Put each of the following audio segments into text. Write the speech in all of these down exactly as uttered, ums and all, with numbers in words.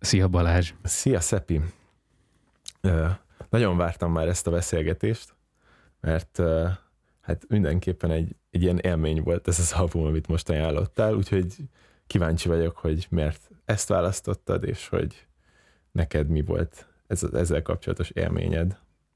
Szia Balázs! Szia Szepi! Uh, nagyon vártam már ezt a beszélgetést, mert uh, hát mindenképpen egy, egy ilyen élmény volt ez az album, amit most ajánlottál, úgyhogy kíváncsi vagyok, hogy miért ezt választottad, és hogy neked mi volt ez, ezzel kapcsolatos élményed.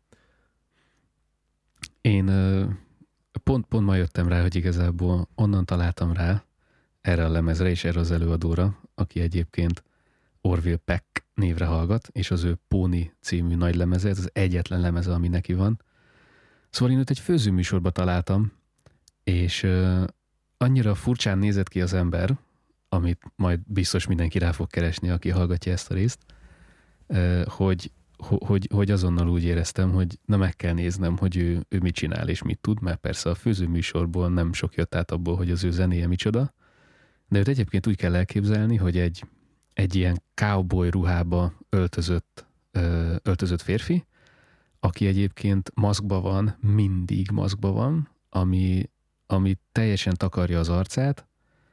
Én uh, pont, pont ma jöttem rá, hogy igazából onnan találtam rá erre a lemezre és erre az előadóra, aki egyébként Orville Peck névre hallgat, és az ő Pony című nagy lemeze, ez az egyetlen lemeze, ami neki van. Szóval én őt egy főzőműsorba találtam, és uh, annyira furcsán nézett ki az ember, amit majd biztos mindenki rá fog keresni, aki hallgatja ezt a részt, uh, hogy, hogy, hogy azonnal úgy éreztem, hogy na meg kell néznem, hogy ő, ő mit csinál és mit tud, mert persze a főzőműsorból nem sok jött át abból, hogy az ő zenéje micsoda, de őt egyébként úgy kell elképzelni, hogy egy egy ilyen cowboy ruhába öltözött, öltözött férfi, aki egyébként maszkba van, mindig maszkba van, ami, ami teljesen takarja az arcát,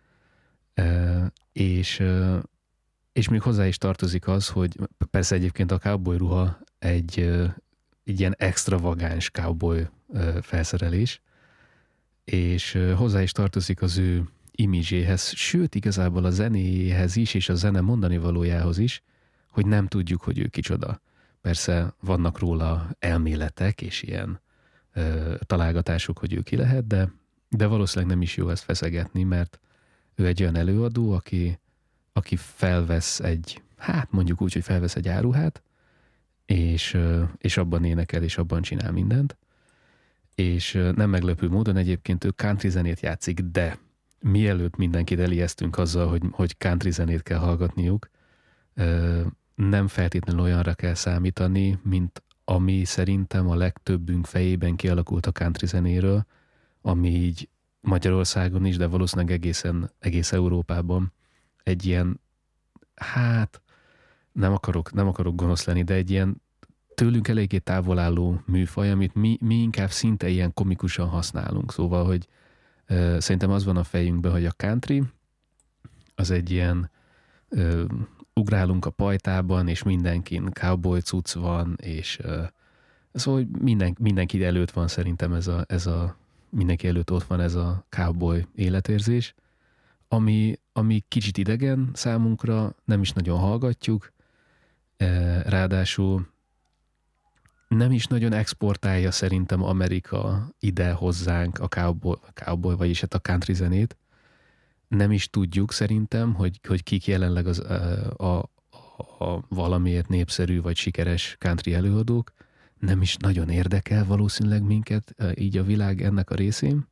és, és még hozzá is tartozik az, hogy persze egyébként a cowboy ruha egy, egy ilyen extravagáns cowboy felszerelés, és hozzá is tartozik az ő imidzséhez, sőt igazából a zenéhez is, és a zene mondani valójához is, hogy nem tudjuk, hogy ő kicsoda. Persze vannak róla elméletek, és ilyen ö, találgatások, hogy ő ki lehet, de, de valószínűleg nem is jó ezt feszegetni, mert ő egy olyan előadó, aki, aki felvesz egy, hát mondjuk úgy, hogy felvesz egy áruhát, és, ö, és abban énekel, és abban csinál mindent. És ö, nem meglepő módon egyébként ő country zenét játszik, de mielőtt mindenkit elijesztünk azzal, hogy, hogy country zenét kell hallgatniuk, nem feltétlenül olyanra kell számítani, mint ami szerintem a legtöbbünk fejében kialakult a country zenéről, ami így Magyarországon is, de valószínűleg egészen, egész Európában egy ilyen, hát nem akarok, nem akarok gonosz lenni, de egy ilyen tőlünk eléggé távol álló műfaj, amit mi, mi inkább szinte ilyen komikusan használunk. Szóval, hogy Uh, szerintem az van a fejünkben, hogy a country az egy ilyen uh, ugrálunk a pajtában, és mindenkin cowboy cucc van, és uh, szóval hogy minden, mindenki előtt van szerintem ez a, ez a, mindenki előtt ott van ez a cowboy életérzés, ami, ami kicsit idegen számunkra, nem is nagyon hallgatjuk, uh, ráadásul nem is nagyon exportálja szerintem Amerika ide hozzánk a cowboy, a cowboy vagyis hát a country zenét. Nem is tudjuk szerintem, hogy, hogy kik jelenleg az, a, a, a valamiért népszerű vagy sikeres country előadók. Nem is nagyon érdekel valószínűleg minket így a világ ennek a részén.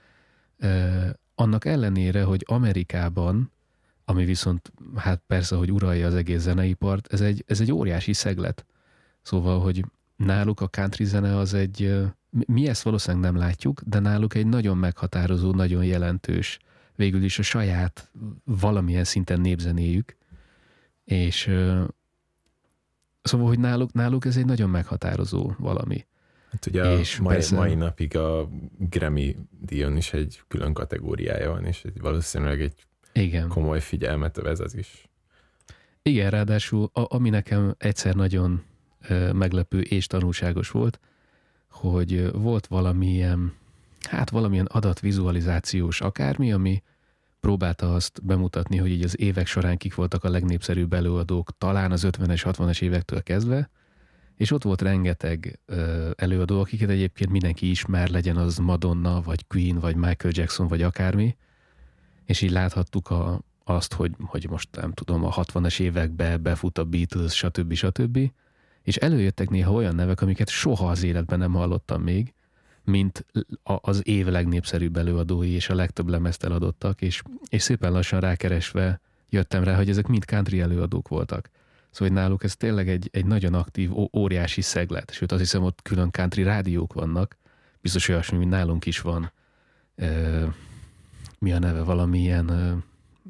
Annak ellenére, hogy Amerikában, ami viszont hát persze, hogy uralja az egész zeneipart, ez egy, ez egy óriási szeglet. Szóval, hogy náluk a country zene az egy, mi ezt valószínűleg nem látjuk, de náluk egy nagyon meghatározó, nagyon jelentős, végül is a saját valamilyen szinten népzenéjük, és szóval, hogy náluk, náluk ez egy nagyon meghatározó valami. Hát ugye és a mai, persze, mai napig a Grammy díjon is egy külön kategóriája van, és valószínűleg egy igen. komoly figyelmet övez az is. Igen, ráadásul a, ami nekem egyszer nagyon meglepő és tanulságos volt, hogy volt valamilyen, hát valamilyen adatvizualizációs akármi, ami próbálta azt bemutatni, hogy így az évek során kik voltak a legnépszerűbb előadók, talán az ötvenes, hatvanas évektől kezdve, és ott volt rengeteg előadó, akiket egyébként mindenki ismer, legyen az Madonna, vagy Queen, vagy Michael Jackson, vagy akármi, és így láthattuk a, azt, hogy, hogy most nem tudom, a hatvanas évekbe befut a Beatles, stb. stb., és előjöttek néha olyan nevek, amiket soha az életben nem hallottam még, mint az év legnépszerűbb előadói, és a legtöbb lemezt eladottak, és, és szépen lassan rákeresve jöttem rá, hogy ezek mind country előadók voltak. Szóval hogy náluk ez tényleg egy, egy nagyon aktív, óriási szeglet, sőt azt hiszem ott külön country rádiók vannak, biztos olyasmi, mint nálunk is van. E, mi a neve? Valamilyen, e,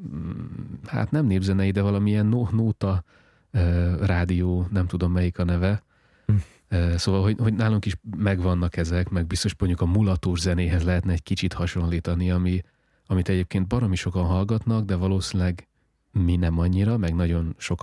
hát nem népzenei, de valamilyen nó, nóta rádió, nem tudom melyik a neve. Hm. Szóval, hogy, hogy nálunk is megvannak ezek, meg biztos mondjuk a mulatós zenéhez lehetne egy kicsit hasonlítani, ami, amit egyébként baromi sokan hallgatnak, de valószínűleg mi nem annyira, meg nagyon sokan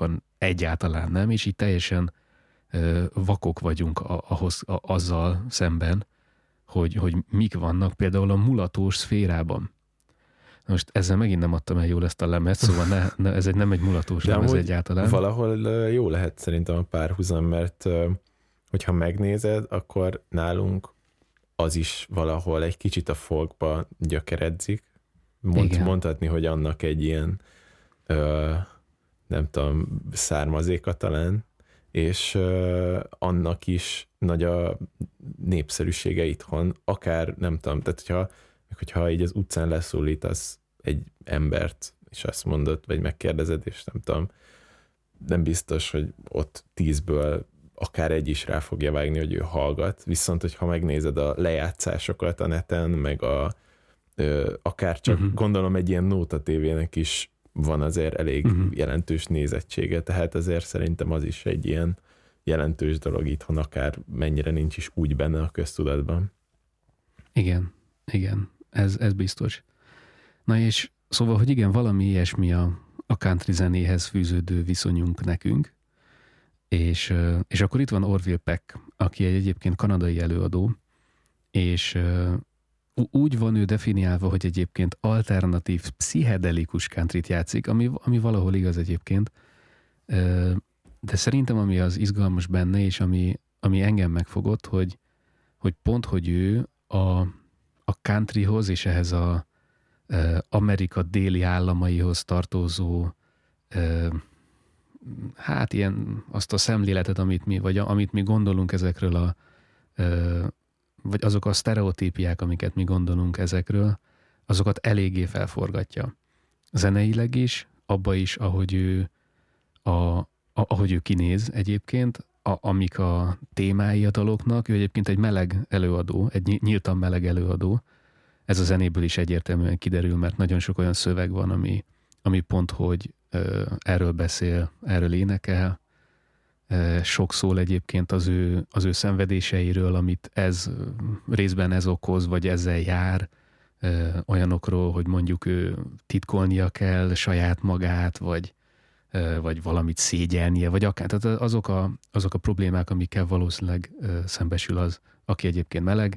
egyáltalán nem, és így teljesen ö, vakok vagyunk a, ahhoz, a, azzal szemben, hogy, hogy mik vannak például a mulatós szférában. Most ezzel megint nem adtam el jól ezt a lemet, szóval ne, ne, ez egy, nem egy mulatós lemez egyáltalán. Valahol jó lehet szerintem a párhuzam, mert hogyha megnézed, akkor nálunk az is valahol egy kicsit a folkba gyökeredzik. Mond, mondhatni, hogy annak egy ilyen ö, nem tudom, származéka talán, és ö, annak is nagy a népszerűsége itthon, akár nem tudom, tehát hogyha, hogyha így az utcán leszólítasz egy embert, és azt mondod, vagy megkérdezed, és nem tudom, nem biztos, hogy ott tízből akár egy is rá fogja vágni, hogy ő hallgat, viszont hogyha megnézed a lejátszásokat a neten, meg a ö, akár csak uh-huh. gondolom egy ilyen Nóta tévének is van azért elég uh-huh. jelentős nézettsége, tehát azért szerintem az is egy ilyen jelentős dolog itthon, akár mennyire nincs is úgy benne a köztudatban. Igen, igen, ez, ez biztos. Na és szóval, hogy igen, valami ilyesmi a, a country zenéhez fűződő viszonyunk nekünk, és, és akkor itt van Orville Peck, aki egy egyébként kanadai előadó, és úgy van ő definiálva, hogy egyébként alternatív, pszichedelikus countryt játszik, ami, ami valahol igaz egyébként, de szerintem ami az izgalmas benne, és ami, ami engem megfogott, hogy, hogy pont, hogy ő a, a countryhoz és ehhez a Amerika déli államaihoz tartozó hát ilyen azt a szemléletet, amit mi, vagy amit mi gondolunk ezekről a vagy azok a sztereotípiák, amiket mi gondolunk ezekről, azokat eléggé felforgatja. Zeneileg is, abba is, ahogy ő, a, a, ahogy ő kinéz egyébként, a, amik a témái a daloknak, ő egyébként egy meleg előadó, egy nyíltan meleg előadó. Ez a zenéből is egyértelműen kiderül, mert nagyon sok olyan szöveg van, ami, ami pont, hogy ö, erről beszél, erről énekel. Sok szól egyébként az ő, az ő szenvedéseiről, amit ez részben ez okoz, vagy ezzel jár, olyanokról, hogy mondjuk ő titkolnia kell saját magát, vagy, vagy valamit szégyelnie, vagy akár, tehát azok a, azok a problémák, amikkel valószínűleg szembesül az, aki egyébként meleg.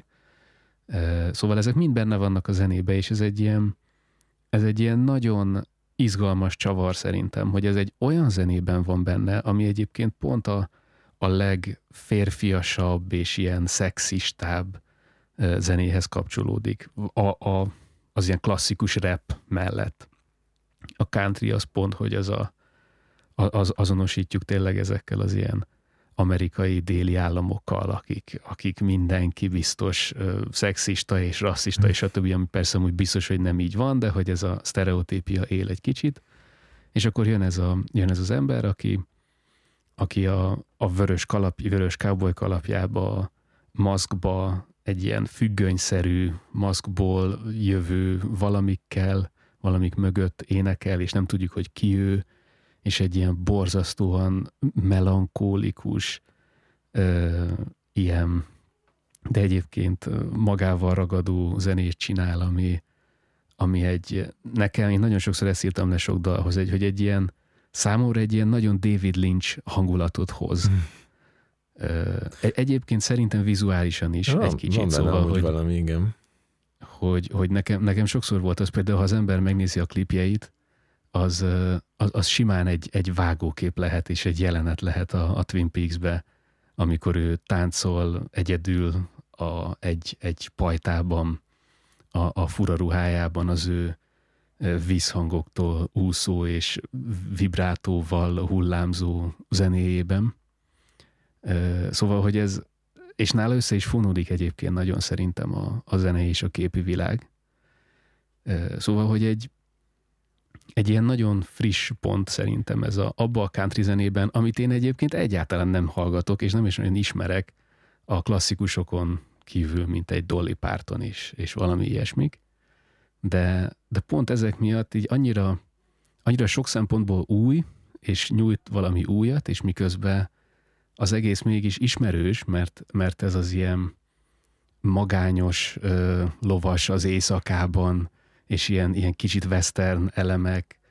Szóval ezek mind benne vannak a zenébe, és ez egy ilyen, ez egy ilyen nagyon izgalmas csavar szerintem, hogy ez egy olyan zenében van benne, ami egyébként pont a, a legférfiasabb és ilyen szexistább zenéhez kapcsolódik. A, a, az ilyen klasszikus rap mellett. A country az pont, hogy az a, az, azonosítjuk tényleg ezekkel az ilyen amerikai déli államokkal, akik, akik mindenki biztos uh, szexista és rasszista, és a többi, ami persze úgy biztos, hogy nem így van, de hogy ez a sztereotípia él egy kicsit. És akkor jön ez, a, jön ez az ember, aki, aki a, a vörös, kalap, vörös cowboy kalapjába, maszkba, egy ilyen függönyszerű maszkból jövő valamikkel, valamik mögött énekel, és nem tudjuk, hogy ki ő, és egy ilyen borzasztóan melankólikus, ö, ilyen, de egyébként magával ragadó zenét csinál, ami, ami egy, nekem, én nagyon sokszor ezt írtam le sok dalhoz, egy, hogy egy ilyen, számomra egy ilyen nagyon David Lynch hangulatot hoz. Mm. Ö, egyébként szerintem vizuálisan is ja, egy kicsit, van szóval, hogy, valami, igen. hogy, hogy nekem, nekem sokszor volt az például, ha az ember megnézi a klipjeit, az, az, az simán egy, egy vágókép lehet, és egy jelenet lehet a, a Twin Peaks-be, amikor ő táncol egyedül a, egy, egy pajtában, a, a fura ruhájában az ő vízhangoktól úszó és vibrátóval hullámzó zenéjében. Szóval, hogy ez, és nála össze is fonódik egyébként nagyon szerintem a, a zene és a képi világ. Szóval, hogy egy Egy ilyen nagyon friss pont szerintem ez a, abba a country zenében, amit én egyébként egyáltalán nem hallgatok, és nem is olyan ismerek a klasszikusokon kívül, mint egy Dolly Parton is, és valami ilyesmik. De, de pont ezek miatt így annyira, annyira sok szempontból új, és nyújt valami újat, és miközben az egész mégis ismerős, mert, mert ez az ilyen magányos ö, lovas az éjszakában, és ilyen, ilyen kicsit western elemek,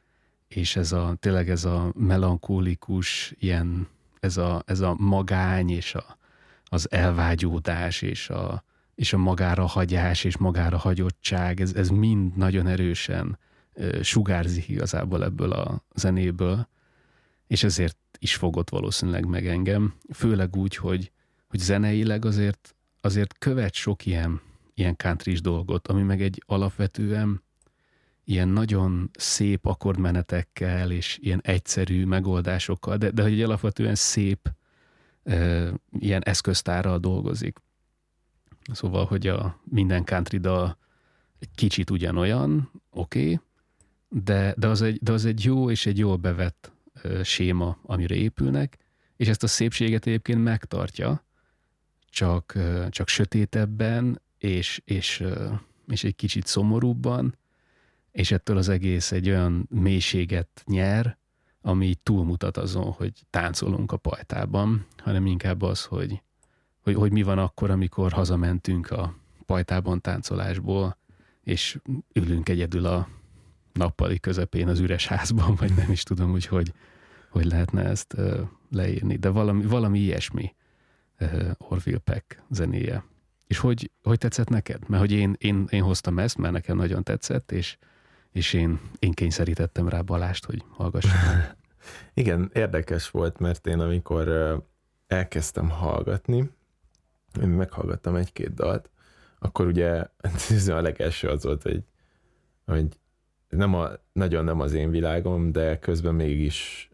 és ez a, tényleg ez a melankólikus, ilyen, ez a, ez a magány, és a, az elvágyódás, és a, és a magára hagyás, és magára hagyottság, ez, ez mind nagyon erősen uh, sugárzik igazából ebből a zenéből, és ezért is fogott valószínűleg meg engem, főleg úgy, hogy, hogy zeneileg azért, azért követ sok ilyen, ilyen country-s dolgot, ami meg egy alapvetően ilyen nagyon szép akkordmenetekkel, és ilyen egyszerű megoldásokkal, de, de hogy egy alapvetően szép e, ilyen eszköztárral dolgozik. Szóval, hogy a minden country dal egy kicsit ugyanolyan, oké, okay, de, de, az egy, de az egy jó és egy jól bevett e, séma, amire épülnek, és ezt a szépséget egyébként megtartja, csak, e, csak sötétebben, és, és, e, és egy kicsit szomorúbban, és ettől az egész egy olyan mélységet nyer, ami túlmutat azon, hogy táncolunk a pajtában, hanem inkább az, hogy, hogy, hogy mi van akkor, amikor hazamentünk a pajtában táncolásból, és ülünk egyedül a nappali közepén az üres házban, vagy nem is tudom, hogy hogy, hogy lehetne ezt uh, leírni. De valami, valami ilyesmi uh, Orville Peck zenéje. És hogy, hogy tetszett neked? Mert hogy én, én, én hoztam ezt, mert nekem nagyon tetszett, és és én, én kényszerítettem rá Balást, hogy hallgassam. Igen, érdekes volt, mert én amikor elkezdtem hallgatni, én meghallgattam egy-két dalt, akkor ugye a legelső az volt, hogy, hogy nem a, nagyon nem az én világom, de közben mégis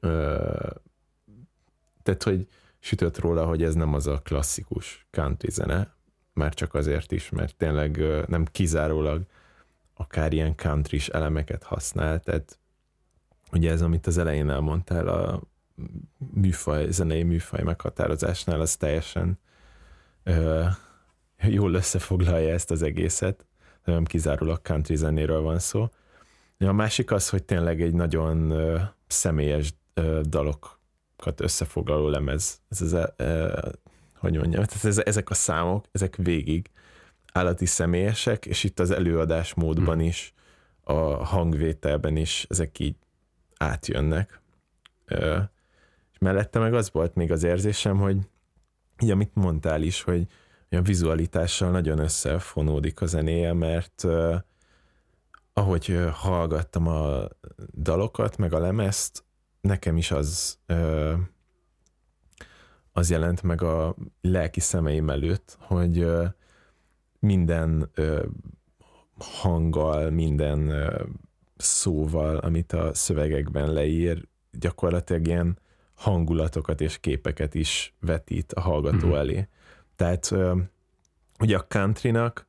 tehát, hogy sütött róla, hogy ez nem az a klasszikus country zene, már csak azért is, mert tényleg nem kizárólag akár ilyen country-s elemeket használ, tehát ugye ez, amit az elején elmondtál, a műfaj, zenei műfaj meghatározásnál, az teljesen ö, jól összefoglalja ezt az egészet, nem kizárólag country zenéről van szó. A másik az, hogy tényleg egy nagyon ö, személyes ö, dalokat összefoglaló lemez. Ez az, ö, hogy mondjam, tehát ez, ezek a számok, ezek végig állati személyesek, és itt az előadás módban is, a hangvételben is ezek így átjönnek. Ö, és mellette meg az volt még az érzésem, hogy így amit mondtál is, hogy a vizualitással nagyon összefonódik a zenéje, mert uh, ahogy hallgattam a dalokat, meg a lemezt, nekem is az uh, az jelent meg a lelki szemeim előtt, hogy uh, minden uh, hanggal, minden uh, szóval, amit a szövegekben leír, gyakorlatilag ilyen hangulatokat és képeket is vetít a hallgató mm-hmm. elé. Tehát uh, ugye a countrynak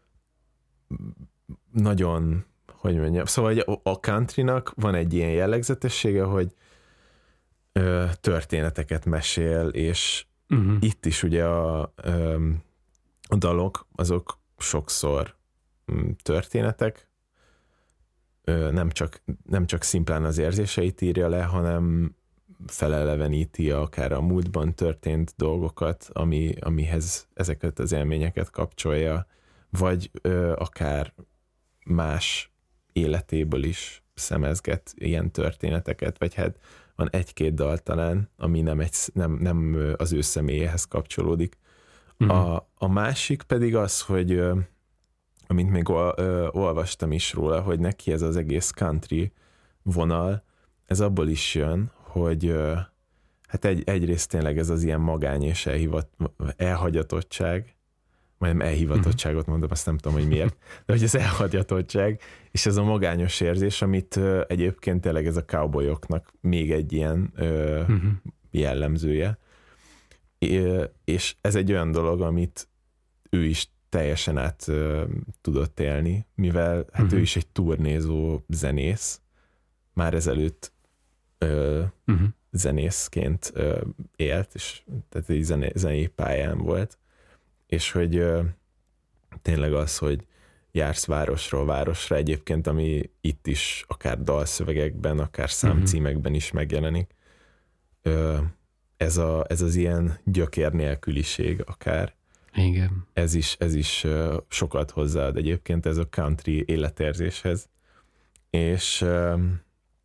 nagyon, hogy mondjam, szóval a countrynak van egy ilyen jellegzetessége, hogy uh, történeteket mesél, és uh-huh. itt is ugye a, um, a dalok, azok sokszor um, történetek, uh, nem, csak, nem csak szimplán az érzéseit írja le, hanem feleleveníti akár a múltban történt dolgokat, ami, amihez ezeket az élményeket kapcsolja, vagy ö, akár más életéből is szemezget ilyen történeteket, vagy hát van egy-két dal talán, ami nem, egy, nem, nem az ő személyéhez kapcsolódik. Mm. A, a másik pedig az, hogy ö, amint még ol, ö, olvastam is róla, hogy neki ez az egész country vonal, ez abból is jön, hogy hát egy, egyrészt tényleg ez az ilyen magány és elhivat, elhagyatottság, majdnem elhivatottságot mondom, azt nem tudom, hogy miért, de hogy az elhagyatottság, és ez a magányos érzés, amit egyébként tényleg ez a cowboyoknak még egy ilyen uh-huh. jellemzője. És ez egy olyan dolog, amit ő is teljesen át tudott élni, mivel hát uh-huh. ő is egy turnézó zenész, már ezelőtt Ö, uh-huh. zenészként ö, élt, és tehát egy zené, zenei pályán volt, és hogy ö, tényleg az, hogy jársz városról városra egyébként, ami itt is akár dalszövegekben, akár számcímekben is megjelenik. Ö, ez, a, ez az ilyen gyökér nélküliség akár. Igen. Ez is, ez is ö, sokat hozzáad egyébként ez a country életérzéshez. És ö,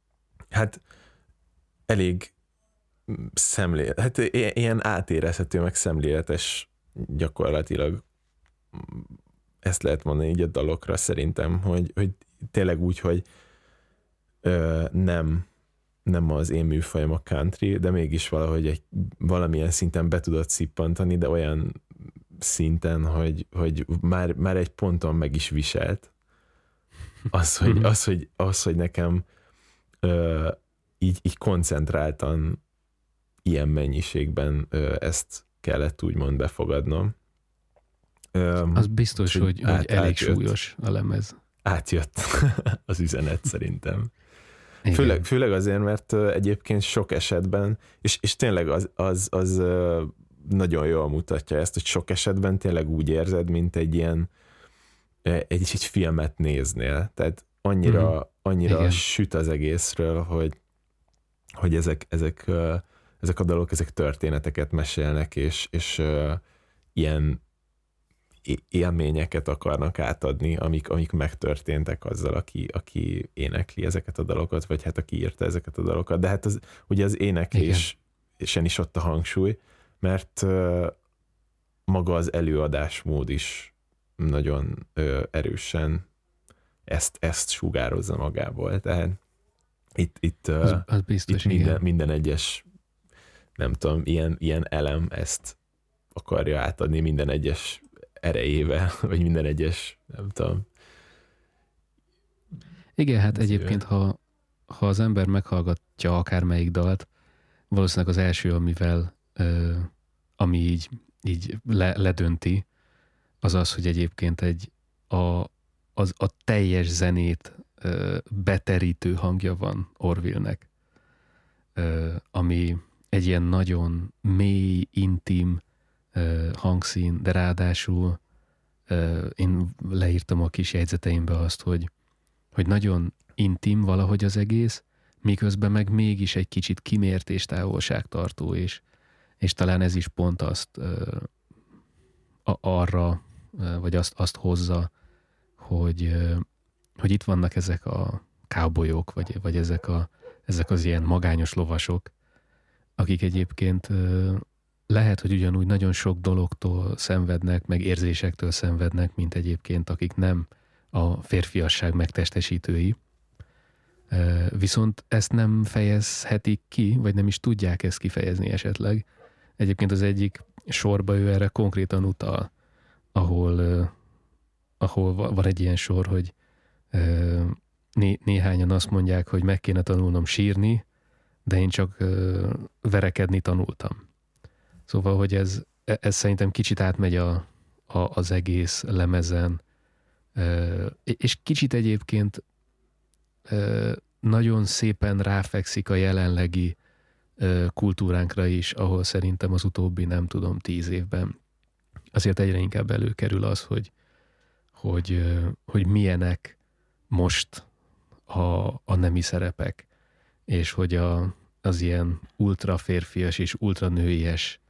hát elég szemlélet, hát ilyen átérezhető, meg szemléletes gyakorlatilag, ezt lehet mondani így a dalokra szerintem, hogy, hogy tényleg úgy, hogy ö, nem, nem az én műfajom a country, de mégis valahogy egy, valamilyen szinten be tudod szippantani, de olyan szinten, hogy, hogy már, már egy ponton meg is viselt. Az, hogy, az, hogy, az, hogy nekem ö, így, így koncentráltan ilyen mennyiségben ö, ezt kellett úgymond befogadnom. Ö, Az biztos, hogy, át, hogy elég átjött, súlyos a lemez. Átjött az üzenet szerintem. Főleg, főleg azért, mert egyébként sok esetben, és, és tényleg az, az, az nagyon jól mutatja ezt, hogy sok esetben tényleg úgy érzed, mint egy ilyen egy, egy filmet néznél. Tehát annyira, mm-hmm. annyira süt az egészről, hogy, hogy ezek, ezek, ezek a dalok, ezek történeteket mesélnek, és, és ilyen élményeket akarnak átadni, amik, amik megtörténtek azzal, aki, aki énekli ezeket a dalokat, vagy hát aki írta ezeket a dalokat. De hát az, ugye az éneklésen is ott a hangsúly, mert uh, maga az előadásmód is nagyon uh, erősen ezt, ezt sugározza magából. Tehát itt, itt, uh, az, az biztos, itt minden, minden egyes, nem tudom, ilyen, ilyen elem ezt akarja átadni minden egyes erejével, vagy minden egyes, nem tudom. Igen, hát egyébként, ha, ha az ember meghallgatja akármelyik dalt, valószínűleg az első, amivel, ö, ami így, így le, ledönti, az az, hogy egyébként egy a, az, a teljes zenét ö, beterítő hangja van Orville-nek, ö, ami egy ilyen nagyon mély, intim ö, hangszín, de ráadásul ö, én leírtam a kis jegyzeteimbe azt, hogy, hogy nagyon intim valahogy az egész, miközben meg mégis egy kicsit kimért és távolságtartó, és, és talán ez is pont azt ö, a, arra, ö, vagy azt, azt hozza, hogy, ö, hogy itt vannak ezek a cowboyok, vagy, vagy ezek, a, ezek az ilyen magányos lovasok, akik egyébként ö, lehet, hogy ugyanúgy nagyon sok dologtól szenvednek, meg érzésektől szenvednek, mint egyébként akik nem a férfiasság megtestesítői. Viszont ezt nem fejezhetik ki, vagy nem is tudják ezt kifejezni esetleg. Egyébként az egyik sorba ő erre konkrétan utal, ahol, ahol van egy ilyen sor, hogy né- néhányan azt mondják, hogy meg kéne tanulnom sírni, de én csak verekedni tanultam. Szóval, hogy ez, ez szerintem kicsit átmegy a, a, az egész lemezen, és kicsit egyébként nagyon szépen ráfekszik a jelenlegi kultúránkra is, ahol szerintem az utóbbi, nem tudom, tíz évben azért egyre inkább előkerül az, hogy, hogy, hogy milyenek most a, a nemi szerepek, és hogy a, az ilyen ultra férfias és ultra nőies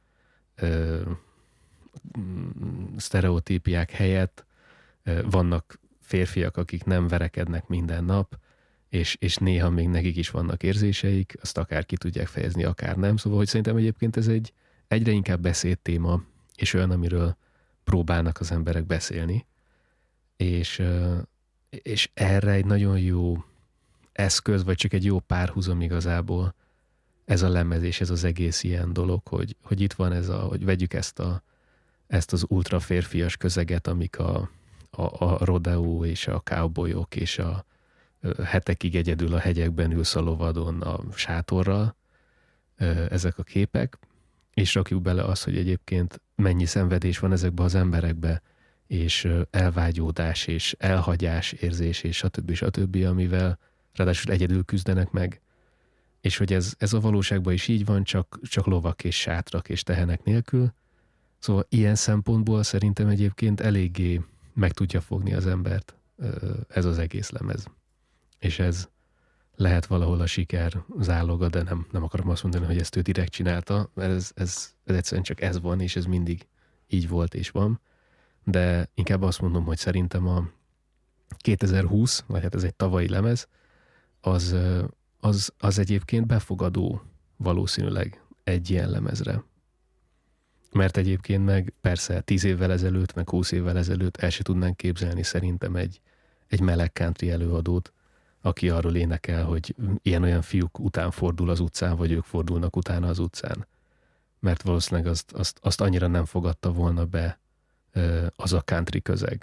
sztereotípiák helyett vannak férfiak, akik nem verekednek minden nap, és, és néha még nekik is vannak érzéseik, azt akár ki tudják fejezni, akár nem. Szóval, hogy szerintem egyébként ez egy egyre inkább beszédtéma, és olyan, amiről próbálnak az emberek beszélni. És, és erre egy nagyon jó eszköz, vagy csak egy jó párhuzam igazából ez a lemez, és ez az egész ilyen dolog, hogy, hogy itt van ez a, hogy vegyük ezt, a, ezt az ultra férfias közeget, amik a, a, a rodeo és a cowboyok és a hetekig egyedül a hegyekben ülsz a lovadon a sátorral, ezek a képek, és rakjuk bele azt, hogy egyébként mennyi szenvedés van ezekben az emberekbe, és elvágyódás, és elhagyás érzés, és stb. stb., amivel ráadásul egyedül küzdenek meg, és hogy ez, ez a valóságban is így van, csak, csak lovak és sátrak és tehenek nélkül. Szóval ilyen szempontból szerintem egyébként eléggé meg tudja fogni az embert ez az egész lemez. És ez lehet valahol a siker záloga, de nem, nem akarom azt mondani, hogy ezt ő direkt csinálta, mert ez, ez, ez egyszerűen csak ez van, és ez mindig így volt és van. De inkább azt mondom, hogy szerintem a kétezer-húsz, vagy hát ez egy tavalyi lemez, az, az, az egyébként befogadó valószínűleg egy ilyen lemezre. Mert egyébként meg persze tíz évvel ezelőtt, meg húsz évvel ezelőtt el se tudnánk képzelni szerintem egy, egy meleg country előadót, aki arról énekel, hogy ilyen-olyan fiúk után fordul az utcán, vagy ők fordulnak utána az utcán. Mert valószínűleg azt, azt, azt annyira nem fogadta volna be az a country közeg.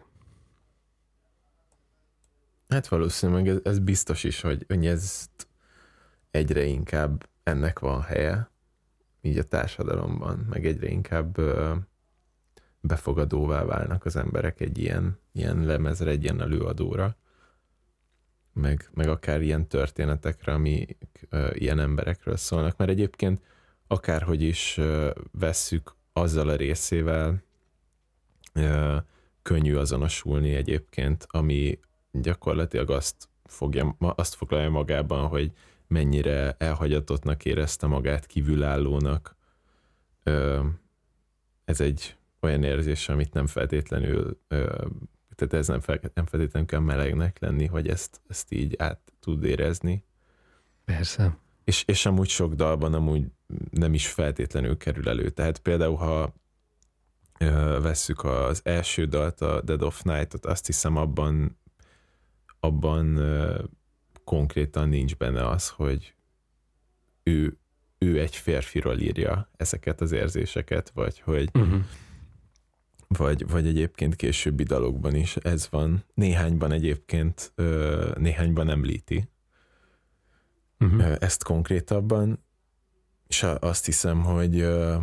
Hát valószínűleg ez, ez biztos is, hogy, hogy ez egyre inkább ennek van helye, így a társadalomban, meg egyre inkább ö, befogadóvá válnak az emberek egy ilyen, ilyen lemezre, egy ilyen előadóra, meg, meg akár ilyen történetekre, amik ö, ilyen emberekről szólnak, mert egyébként akárhogy is ö, vesszük, azzal a részével ö, könnyű azonosulni egyébként, ami gyakorlatilag azt, fogja, azt foglalja magában, hogy mennyire elhagyatottnak érezte magát, kívülállónak. Ö, ez egy olyan érzés, amit nem feltétlenül, ö, tehát ez nem, fel, nem feltétlenül kell melegnek lenni, hogy ezt, ezt így át tud érezni. Persze. És, és amúgy sok dalban amúgy nem is feltétlenül kerül elő. Tehát például, ha ö, vesszük az első dalt, a Dead of Night-ot, azt hiszem abban abban ö, konkrétan nincs benne az, hogy ő, ő egy férfiról írja ezeket az érzéseket, vagy hogy uh-huh. vagy, vagy egyébként későbbi dalokban is ez van. Néhányban egyébként ö, néhányban említi uh-huh. ö, ezt konkrétabban, és azt hiszem, hogy ö,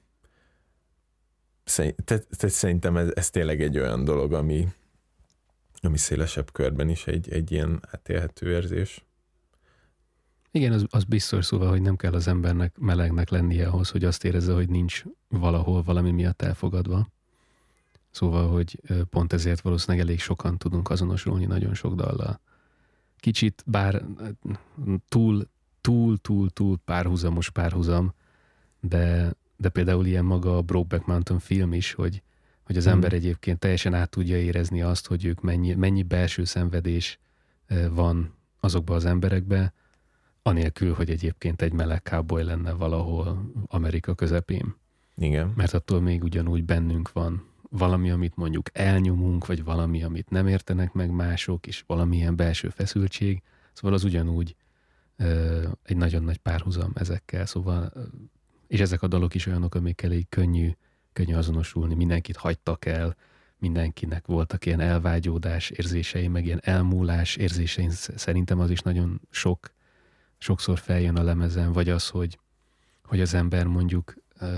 szerint, te, te, szerintem ez, ez tényleg egy olyan dolog, ami ami szélesebb körben is egy, egy ilyen átélhető érzés. Igen, az, az biztos, szóval, hogy nem kell az embernek melegnek lennie ahhoz, hogy azt érezze, hogy nincs valahol valami miatt elfogadva. Szóval, hogy pont ezért valószínűleg elég sokan tudunk azonosulni nagyon sok dallal. Kicsit, bár túl, túl, túl, túl párhuzamos párhuzam, de, de például ilyen maga a Brokeback Mountain film is, hogy hogy az ember egyébként teljesen át tudja érezni azt, hogy ők mennyi, mennyi belső szenvedés van azokban az emberekben, anélkül, hogy egyébként egy meleg cowboy lenne valahol Amerika közepén. Igen. Mert attól még ugyanúgy bennünk van valami, amit mondjuk elnyomunk, vagy valami, amit nem értenek meg mások, és valamilyen belső feszültség. Szóval az ugyanúgy egy nagyon nagy párhuzam ezekkel. Szóval, és ezek a dalok is olyanok, amikkel így könnyű könnyű azonosulni, mindenkit hagytak el, mindenkinek voltak ilyen elvágyódás érzései, meg ilyen elmúlás érzései, szerintem az is nagyon sok, sokszor feljön a lemezen, vagy az, hogy, hogy az ember mondjuk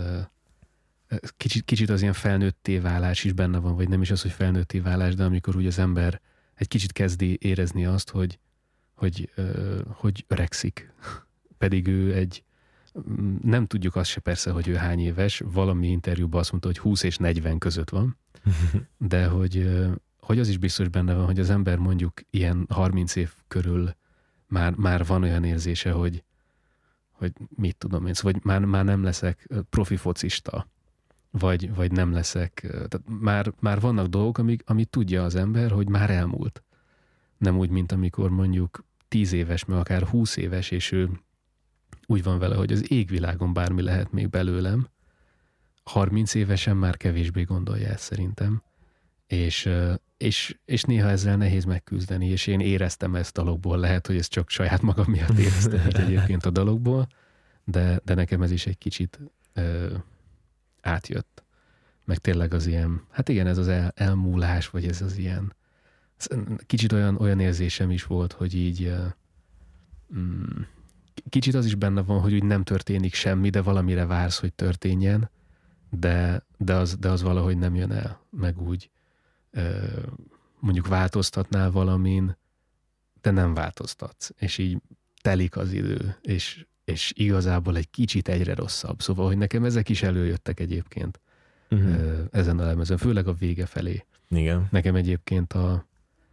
kicsit, kicsit az ilyen felnőtté válás is benne van, vagy nem is az, hogy felnőtté válás, de amikor úgy az ember egy kicsit kezdi érezni azt, hogy, hogy, hogy öregszik, pedig ő egy nem tudjuk azt se persze, hogy ő hány éves, valami interjúban azt mondta, hogy húsz és negyven között van, de hogy, hogy az is biztos benne van, hogy az ember mondjuk ilyen harminc év körül már, már van olyan érzése, hogy, hogy mit tudom én, szóval már, már nem leszek profi focista, vagy, vagy nem leszek, tehát már, már vannak dolgok, amik, amit tudja az ember, hogy már elmúlt. Nem úgy, mint amikor mondjuk tíz éves, meg akár húsz éves, és ő úgy van vele, hogy az égvilágon bármi lehet még belőlem. harminc évesen már kevésbé gondolja ezt szerintem. És, és, és néha ezzel nehéz megküzdeni, és én éreztem ezt dalokból. Lehet, hogy ez csak saját magam miatt éreztem így egyébként a dalokból, de, de nekem ez is egy kicsit ö, átjött. Meg tényleg az ilyen, hát igen, ez az el, elmúlás, vagy ez az ilyen, kicsit olyan, olyan érzésem is volt, hogy így ö, mm, kicsit az is benne van, hogy úgy nem történik semmi, de valamire vársz, hogy történjen, de, de, az, de az valahogy nem jön el, meg úgy ö, mondjuk változtatnál valamin, de nem változtatsz, és így telik az idő, és, és igazából egy kicsit egyre rosszabb. Szóval, hogy nekem ezek is előjöttek egyébként uh-huh. ö, ezen a lemezen, főleg a vége felé. Igen. Nekem egyébként a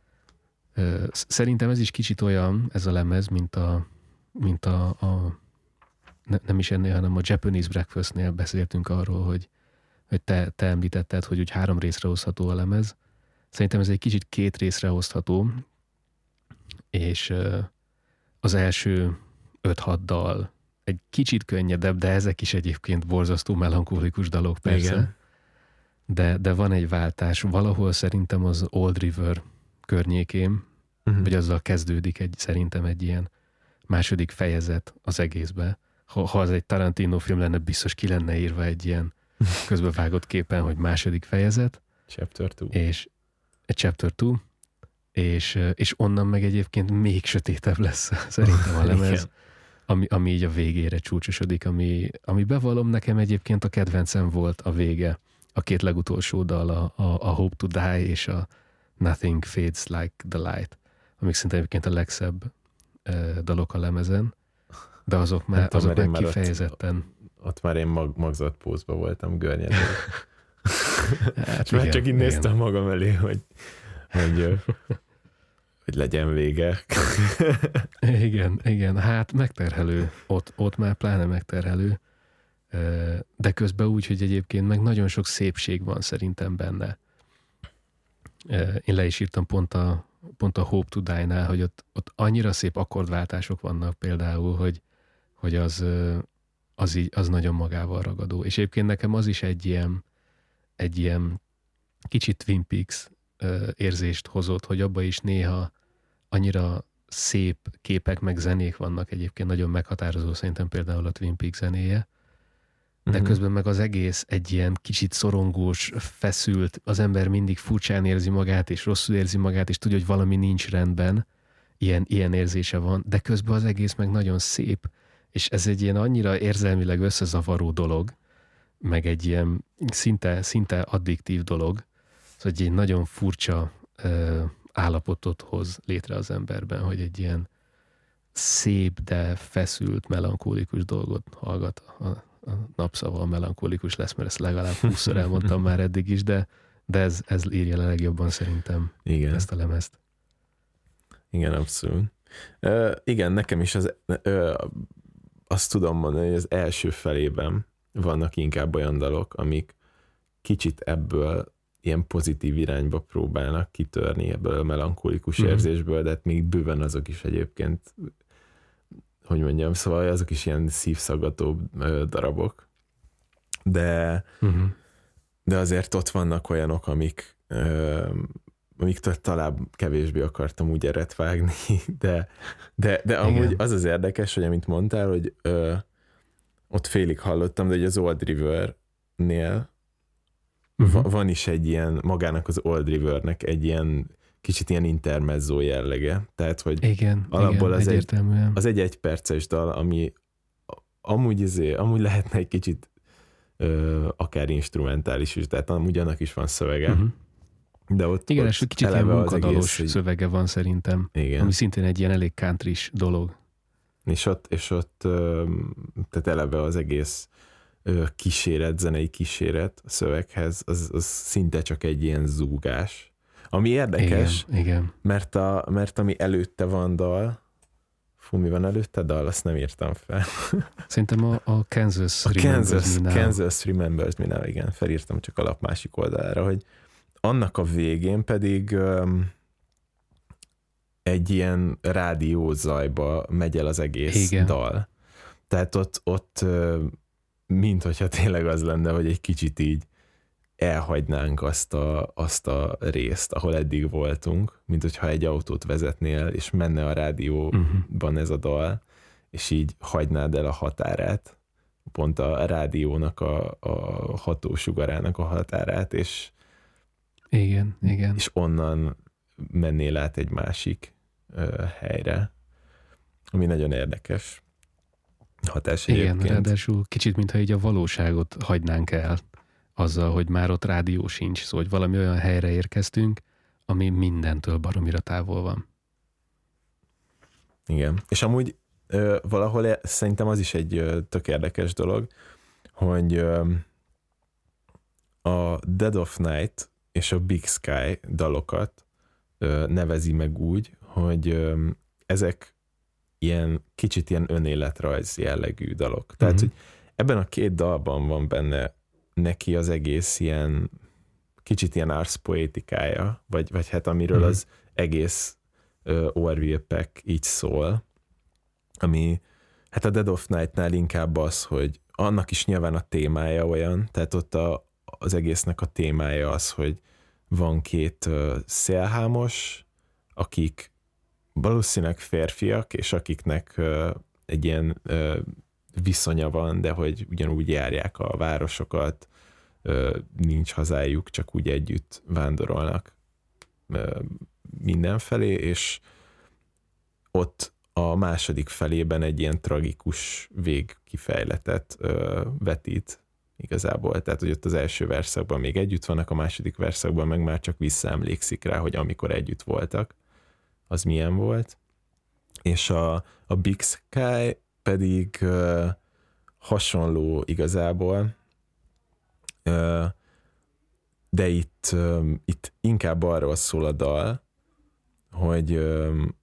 ö, szerintem ez is kicsit olyan, ez a lemez, mint a mint a, a ne, nem is ennél, hanem a Japanese Breakfastnél beszéltünk arról, hogy, hogy te, te említetted, hogy úgy három részre hozható a lemez. Szerintem ez egy kicsit két részre hozható, és az első öt-hat dal, egy kicsit könnyedebb, de ezek is egyébként borzasztó melankolikus dalok persze. Igen. De, de van egy váltás, valahol szerintem az Old River környékén, uh-huh. vagy azzal kezdődik egy, szerintem egy ilyen második fejezet az egészbe. Ha, ha az egy Tarantino film lenne, biztos ki lenne írva egy ilyen közbevágott képen, hogy második fejezet. Chapter two. És egy Chapter two, és, és onnan meg egyébként még sötétebb lesz szerintem a lemez, ami, ami így a végére csúcsosodik, ami, ami bevallom, nekem egyébként a kedvencem volt a vége. A két legutolsó dal, a, a, a Hope to Die és a Nothing Fades Like the Light, amik szerintem egyébként a legszebb uh, dalok a lemezen, de azok már, tudom, azok már kifejezetten... Ott, ott már én mag, magzatpózba voltam, görnyedő. Hát már csak így néztem magam elé, hogy, hogy, hogy legyen vége. igen, igen, hát megterhelő. Ott, ott már pláne megterhelő. De közben úgy, hogy egyébként meg nagyon sok szépség van szerintem benne. Én le is írtam pont a, pont a Hope to Die-nál, hogy ott, ott annyira szép akkordváltások vannak például, hogy, hogy az, az, így, az nagyon magával ragadó. És egyébként nekem az is egy ilyen, egy ilyen kicsit Twin Peaks érzést hozott, hogy abba is néha annyira szép képek meg zenék vannak, egyébként nagyon meghatározó szerintem például a Twin Peaks zenéje, de uh-huh. közben meg az egész egy ilyen kicsit szorongós, feszült, az ember mindig furcsán érzi magát, és rosszul érzi magát, és tudja, hogy valami nincs rendben, ilyen, ilyen érzése van, de közben az egész meg nagyon szép, és ez egy ilyen annyira érzelmileg összezavaró dolog, meg egy ilyen szinte, szinte addiktív dolog, szóval egy nagyon furcsa uh, állapotot hoz létre az emberben, hogy egy ilyen szép, de feszült, melankólikus dolgot hallgat. A, a napszava melankólikus lesz, mert ezt legalább húszszor elmondtam már eddig is, de, de ez, ez írja le legjobban szerintem igen. Ezt a lemezt. Igen, abszolút. Uh, igen, nekem is az, uh, azt tudom mondani, hogy az első felében vannak inkább olyan dalok, amik kicsit ebből ilyen pozitív irányba próbálnak kitörni ebből a melankolikus mm-hmm. érzésből, de hát még bőven azok is egyébként, hogy mondjam, szóval azok is ilyen szívszaggató darabok. De, mm-hmm. de azért ott vannak olyanok, amik amiktől talán kevésbé akartam úgy eret vágni, de, de, de amúgy az az érdekes, hogy amint mondtál, hogy ö, ott félig hallottam, de hogy az Old River-nél uh-huh. va, van is egy ilyen, magának az Old Rivernek egy ilyen kicsit ilyen intermezzo jellege. Tehát, hogy igen, alapból igen, az, egy, az egy egyperces dal, ami amúgy, azért, amúgy lehetne egy kicsit ö, akár instrumentális is, tehát amúgy annak is van szövege. Uh-huh. De ott, igen, ott és kicsit ilyen munkadalos egész, szövege van szerintem, igen. ami szintén egy ilyen elég countrys dolog. És ott, és ott tehát eleve az egész kíséret, zenei kíséret a szöveghez, az, az szinte csak egy ilyen zúgás. Ami érdekes, igen, igen. Mert, a, mert ami előtte van dal, fú, mi van előtte dal, azt nem írtam fel. Szerintem a, a Kansas a Remembers Kansas, Me Now. Kansas Remembers Me Now, igen, felírtam csak a lap másik oldalára, hogy annak a végén pedig um, egy ilyen rádiózajba megy el az egész igen. dal. Tehát ott, ott mint hogyha tényleg az lenne, hogy egy kicsit így elhagynánk azt a, azt a részt, ahol eddig voltunk, mint hogyha egy autót vezetnél, és menne a rádióban uh-huh. ez a dal, és így hagynád el a határát, pont a rádiónak a, a hatósugarának a határát, és igen, igen. és onnan mennél át egy másik ö, helyre, ami nagyon érdekes hatás egyébként. Igen, ráadásul kicsit, mintha így a valóságot hagynánk el azzal, hogy már ott rádió sincs, szóval hogy valami olyan helyre érkeztünk, ami mindentől baromira távol van. Igen, és amúgy ö, valahol szerintem az is egy ö, tök érdekes dolog, hogy ö, a Dead of Night és a Big Sky dalokat ö, nevezi meg úgy, hogy ö, ezek ilyen kicsit ilyen önéletrajz jellegű dalok. Tehát, uh-huh. hogy ebben a két dalban van benne neki az egész ilyen kicsit ilyen arszpoétikája, vagy, vagy hát amiről uh-huh. az egész uh, Orville Peck így szól, ami hát a Dead of Night-nál inkább az, hogy annak is nyilván a témája olyan, tehát ott a, az egésznek a témája az, hogy van két uh, szélhámos, akik valószínűleg férfiak, és akiknek uh, egy ilyen uh, viszonya van, de hogy ugyanúgy járják a városokat, uh, nincs hazájuk, csak úgy együtt vándorolnak uh, mindenfelé, és ott a második felében egy ilyen tragikus végkifejletet uh, vetít igazából. Tehát, hogy ott az első verszakban még együtt vannak, a második verszakban meg már csak visszaemlékszik rá, hogy amikor együtt voltak, az milyen volt. És a, a Big Sky pedig uh, hasonló igazából, uh, de itt, um, itt inkább arról szól a dal, hogy um,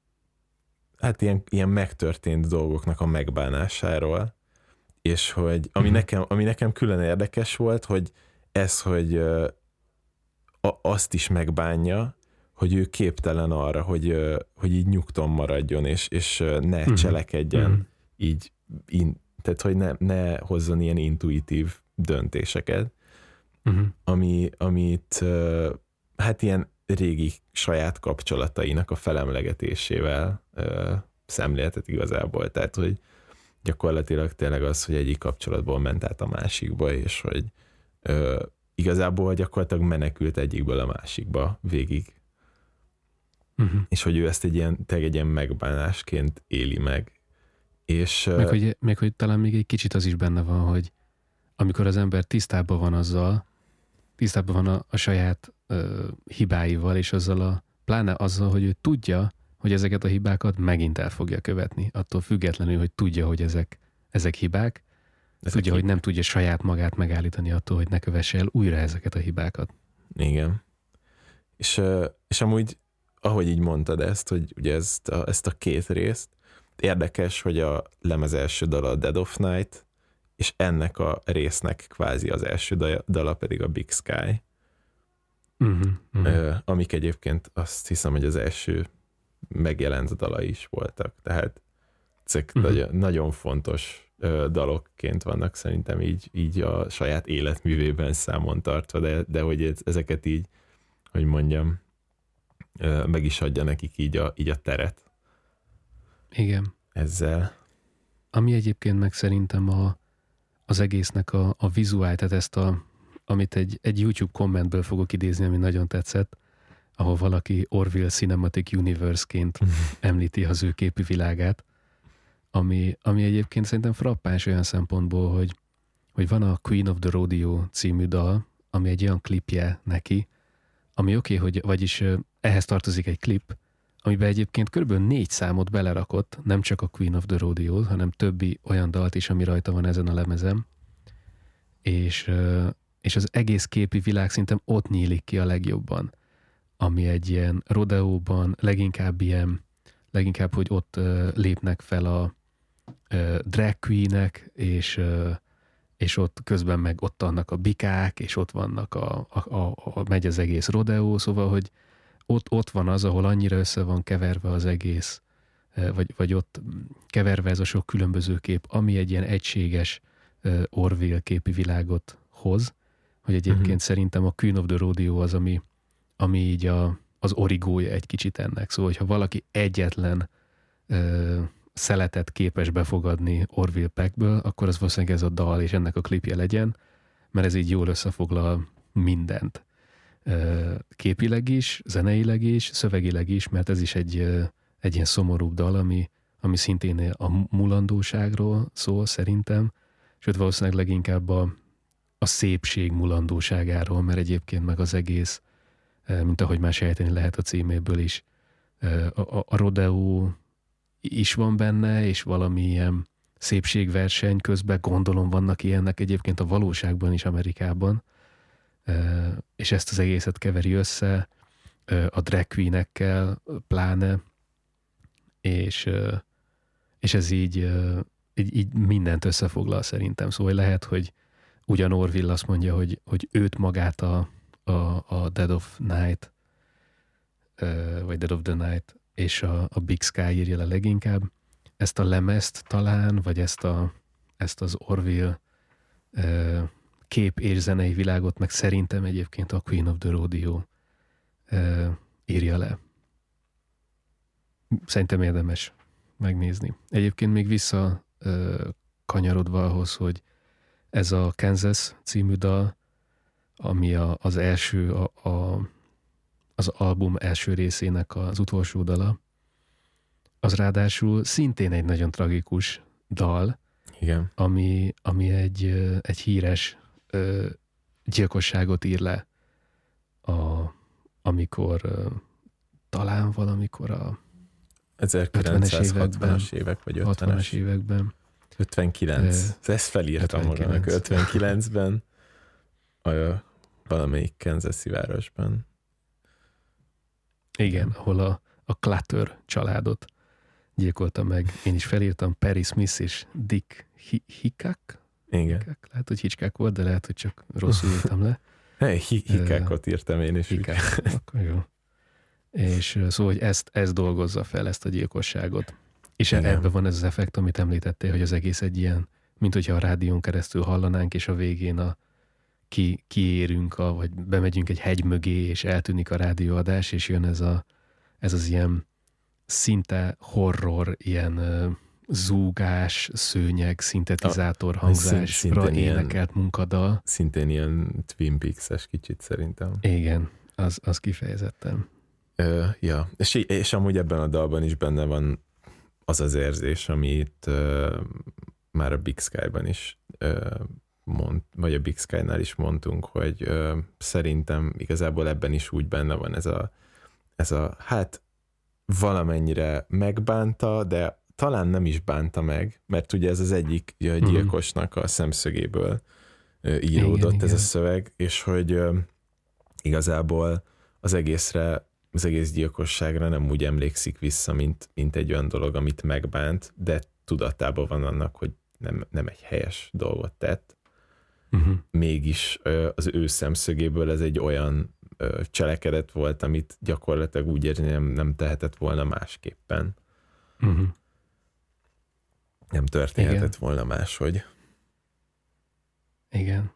hát ilyen, ilyen megtörtént dolgoknak a megbánásáról, és hogy ami, mm. nekem, ami nekem külön érdekes volt, hogy ez, hogy uh, a, azt is megbánja, hogy ő képtelen arra, hogy, uh, hogy így nyugton maradjon, és, és uh, ne mm. cselekedjen mm. így, in, tehát hogy ne, ne hozzon ilyen intuitív döntéseket, mm. ami, amit uh, hát ilyen régi saját kapcsolatainak a felemlegetésével uh, szemléltet igazából. Tehát, hogy gyakorlatilag tényleg az, hogy egyik kapcsolatból ment át a másikba, és hogy uh, igazából gyakorlatilag menekült egyikből a másikba végig. Uh-huh. És hogy ő ezt egy ilyen, tényleg egy ilyen megbánásként éli meg. És, meg, uh, hogy, meg hogy talán még egy kicsit az is benne van, hogy amikor az ember tisztában van azzal, tisztában van a, a saját uh, hibáival, és azzal a, pláne azzal, hogy ő tudja, hogy ezeket a hibákat megint el fogja követni. Attól függetlenül, hogy tudja, hogy ezek, ezek hibák, ezek tudja, hibák. Hogy nem tudja saját magát megállítani attól, hogy ne kövesse el újra ezeket a hibákat. Igen. És, és amúgy, ahogy így mondtad ezt, hogy ugye ezt a, ezt a két részt, érdekes, hogy a lemez első dala a Dead of Night, és ennek a résznek kvázi az első dala pedig a Big Sky. Uh-huh, uh-huh. Amik egyébként azt hiszem, hogy az első megjelent dala is voltak. Tehát ezek uh-huh. nagyon, nagyon fontos dalokként vannak szerintem így, így a saját életművében számon tartva, de, de hogy ezeket így, hogy mondjam, meg is adja nekik így a, így a teret. Igen. Ezzel. Ami egyébként meg szerintem a, az egésznek a, a vizuál, tehát ezt a, amit egy, egy YouTube kommentből fogok idézni, ami nagyon tetszett, ahol valaki Orville Cinematic Universe-ként említi az ő képi világát, ami, ami egyébként szerintem frappáns olyan szempontból, hogy, hogy van a Queen of the Rodeo című dal, ami egy olyan klipje neki, ami oké, okay, hogy vagyis ehhez tartozik egy klip, amiben egyébként körülbelül négy számot belerakott, nem csak a Queen of the Rodeo, hanem többi olyan dalt is, ami rajta van ezen a lemezem, és, és az egész képi világ szerintem ott nyílik ki a legjobban, ami egy ilyen rodeóban leginkább ilyen, leginkább, hogy ott uh, lépnek fel a uh, drag queenek, és, uh, és ott közben meg ott vannak a bikák, és ott vannak a, a, a, a megy az egész rodeó, szóval, hogy ott, ott van az, ahol annyira össze van keverve az egész, uh, vagy, vagy ott keverve ez a sok különböző kép, ami egy ilyen egységes uh, Orville képi világot hoz, hogy egyébként uh-huh. szerintem a Queen of the Rodeo az, ami ami így a, az origója egy kicsit ennek. Szóval, hogyha valaki egyetlen ö, szeletet képes befogadni Orville Peckből, akkor az valószínűleg ez a dal és ennek a klipje legyen, mert ez így jól összefoglal mindent. Ö, képileg is, zeneileg is, szövegileg is, mert ez is egy, ö, egy ilyen szomorúbb dal, ami, ami szintén a mulandóságról szól szerintem, sőt valószínűleg leginkább a, a szépség mulandóságáról, mert egyébként meg az egész, mint ahogy már sejteni lehet a címéből is. A, a, a rodeo is van benne, és valamilyen szépségverseny közben gondolom vannak ilyenek egyébként a valóságban is Amerikában, és ezt az egészet keveri össze a drag queenekkel pláne, és, és ez így, így, így mindent összefoglal szerintem. Szóval lehet, hogy ugyan Orville azt mondja, hogy, hogy őt magát a A, a Dead of Night, vagy Dead of the Night, és a, a Big Sky írja le leginkább, ezt a lemezt talán, vagy ezt, a, ezt az Orville ö, kép és zenei világot, meg szerintem egyébként a Queen of the Rodeo ö, írja le. Szerintem érdemes megnézni. Egyébként még vissza ö, kanyarodva ahhoz, hogy ez a Kansas című dal, ami a, az első, a, a, az album első részének az utolsó dala, az ráadásul szintén egy nagyon tragikus dal, Igen. Ami, ami egy, egy híres ö, gyilkosságot ír le, a, amikor ö, talán valamikor a ezerkilencszázhatvanas évek, vagy hatvanas években. ötvenkilenc. Uh, Ezt felírtam magának. ötvenkilencben a, valamelyik Kansas-i városban. Igen, ahol a, a Clutter családot gyilkolta meg. Én is felírtam Perry Smith és Dick Hickok. Igen. Hickok. Lehet, hogy Hitchcock volt, de lehet, hogy csak rosszul írtam le. Hey, Hickokot írtam én is. Hickok. Akkor jó. És szóval, hogy ezt, ezt dolgozza fel, ezt a gyilkosságot. És igen. Ebben van ez az effekt, amit említettél, hogy az egész egy ilyen, mint hogyha a rádión keresztül hallanánk, és a végén a, ki, kiérünk, a, vagy bemegyünk egy hegy mögé, és eltűnik a rádióadás, és jön ez, a, ez az ilyen szinte horror, ilyen uh, zúgás, szőnyeg, szintetizátor hangzásra énekelt munkadal. Szintén ilyen Twin Peaks-es kicsit szerintem. Igen, az, az kifejezetten. Ö, ja, és, és amúgy ebben a dalban is benne van az az érzés, amit uh, már a Big Sky-ban is uh, mond, vagy a Big Sky-nál is mondtunk, hogy uh, szerintem igazából ebben is úgy benne van ez a, ez a hát valamennyire megbánta, de talán nem is bánta meg, mert ugye ez az egyik uh, gyilkosnak a szemszögéből uh, íródott igen, ez igen. a szöveg, és hogy uh, igazából az egészre az egész gyilkosságra nem úgy emlékszik vissza, mint, mint egy olyan dolog, amit megbánt, de tudatában van annak, hogy nem, nem egy helyes dolgot tett. Uh-huh. Mégis az ő szemszögéből ez egy olyan cselekedet volt, amit gyakorlatilag úgy érzi, nem, nem tehetett volna másképpen. Uh-huh. Nem történhetett igen. volna máshogy. Igen.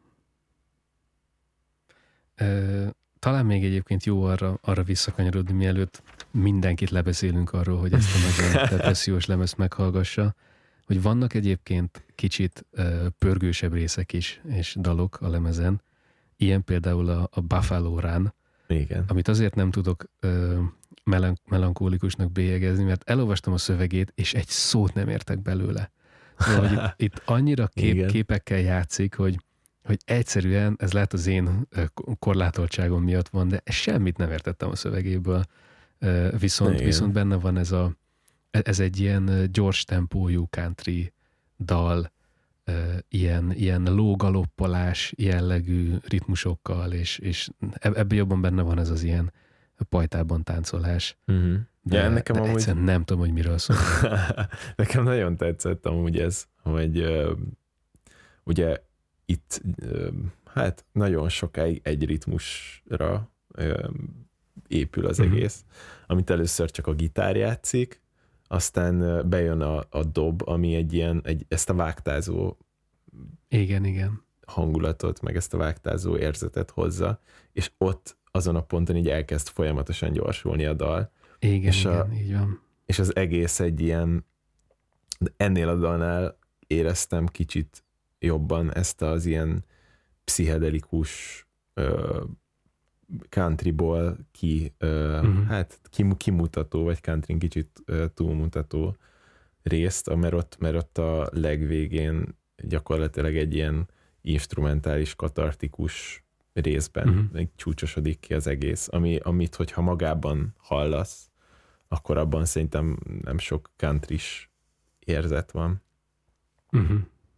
Ö... Talán még egyébként jó arra, arra visszakanyarodni, mielőtt mindenkit lebeszélünk arról, hogy ezt a nagyon depressziós lemezt meghallgassa, hogy vannak egyébként kicsit uh, pörgősebb részek is, és dalok a lemezen. Ilyen például a, a Buffalo Run, igen. amit azért nem tudok uh, melan- melankólikusnak bélyegezni, mert elolvastam a szövegét, és egy szót nem értek belőle. Szóval, hogy itt, itt annyira kép, képekkel játszik, hogy hogy egyszerűen, ez lehet az én korlátoltságom miatt van, de semmit nem értettem a szövegéből. Viszont, viszont benne van ez a, ez egy ilyen gyors tempójú country dal, ilyen, ilyen lógaloppalás jellegű ritmusokkal, és, és ebben jobban benne van ez az ilyen pajtában táncolás. Uh-huh. De, ja, nekem de amúgy... egyszerűen nem tudom, hogy miről szól. Nekem nagyon tetszett amúgy ez, hogy uh, ugye itt hát nagyon sokáig egy ritmusra épül az uh-huh. egész, amit először csak a gitár játszik, aztán bejön a, a dob, ami egy ilyen, egy, ezt a vágtázó igen, igen. hangulatot, meg ezt a vágtázó érzetet hozza, és ott azon a ponton így elkezd folyamatosan gyorsulni a dal. Igen, és igen, a, így van. És az egész egy ilyen, ennél a dalnál éreztem kicsit jobban ezt az ilyen pszichedelikus uh, countryból ki, uh, uh-huh. hát kimutató, vagy countryn kicsit uh, túlmutató részt, mert ott, mert ott a legvégén gyakorlatilag egy ilyen instrumentális, katartikus részben uh-huh. csúcsosodik ki az egész, ami, amit, hogyha magában hallasz, akkor abban szerintem nem sok countrys érzet van. Uh-huh.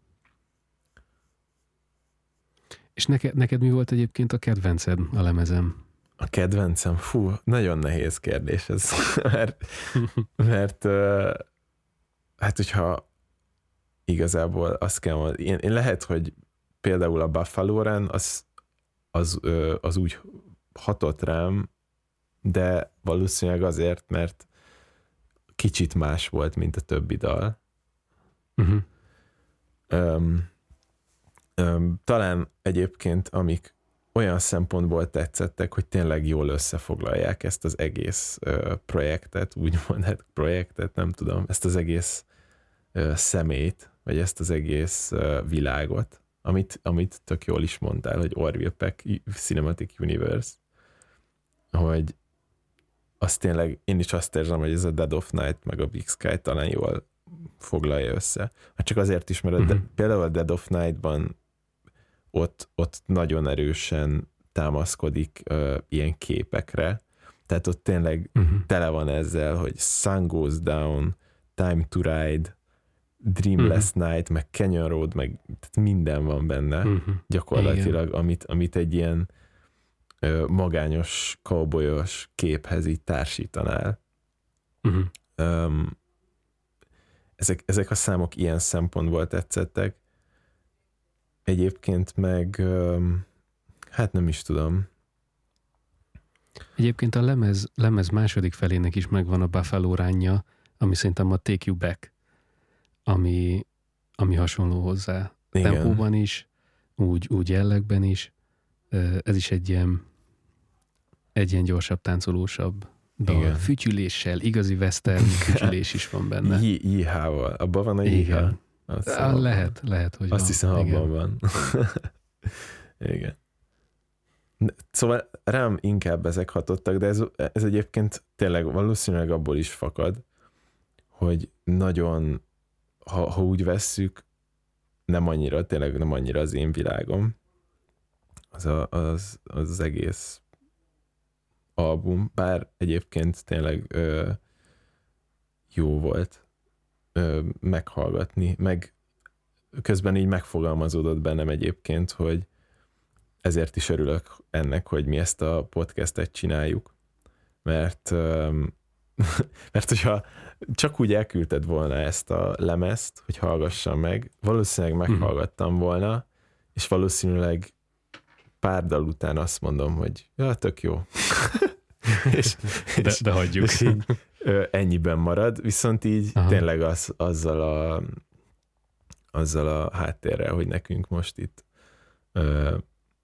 És neked, neked mi volt egyébként a kedvenced a lemezem? A kedvencem? Fú, nagyon nehéz kérdés ez. mert, mert uh, hát, hogyha igazából azt kell mondani, én, én lehet, hogy például a Buffalo Run az, az, uh, az úgy hatott rám, de valószínűleg azért, mert kicsit más volt, mint a többi dal. Uh-huh. Um, um, talán egyébként, amik olyan szempontból tetszettek, hogy tényleg jól összefoglalják ezt az egész uh, projektet, úgymond hát projektet, nem tudom, ezt az egész uh, szemét, vagy ezt az egész uh, világot, amit, amit tök jól is mondtál, hogy Orville Peck Cinematic Universe, hogy azt tényleg, én is azt érzem, hogy ez a Dead of Night meg a Big Sky talán jól foglalja össze. Hát csak azért is, mert a de, például a Dead of Night-ban ott, ott nagyon erősen támaszkodik uh, ilyen képekre, tehát ott tényleg uh-huh. tele van ezzel, hogy Sun Goes Down, Time to Ride, Dreamless uh-huh. Night, meg Canyon Road, meg minden van benne, uh-huh. gyakorlatilag, amit, amit egy ilyen uh, magányos, cowboyos képhez így társítanál. Uh-huh. Um, ezek, ezek a számok ilyen szempontból tetszettek. Egyébként meg um, hát nem is tudom. Egyébként a lemez, lemez második felének is megvan a Buffalo Run-ja, ami szerintem a Take You Back, ami, ami hasonló hozzá. Igen. Tempóban is, úgy, úgy jellegben is. Ez is egy ilyen, egy ilyen gyorsabb, táncolósabb dal. Fütyüléssel, igazi western fütyülés is van benne. J-hával. Abban van a J-há? Lehet, lehet, hogy Azt van. hiszem, abban van. Igen. Szóval rám inkább ezek hatottak, de ez, ez egyébként tényleg valószínűleg abból is fakad, hogy nagyon, ha, ha úgy vesszük, nem annyira, tényleg nem annyira az én világom, az, a, az, az, az egész album, bár egyébként tényleg ö, jó volt ö, meghallgatni, meg közben így megfogalmazódott bennem egyébként, hogy ezért is örülök ennek, hogy mi ezt a podcastet csináljuk, mert, mert hogyha csak úgy elküldted volna ezt a lemezt, hogy hallgassam meg, valószínűleg meghallgattam volna, és valószínűleg pár dal után azt mondom, hogy ja, tök jó. és, de, és, de hagyjuk. És így ennyiben marad, viszont így Aha. tényleg az, azzal, a, azzal a háttérrel, hogy nekünk most itt ö,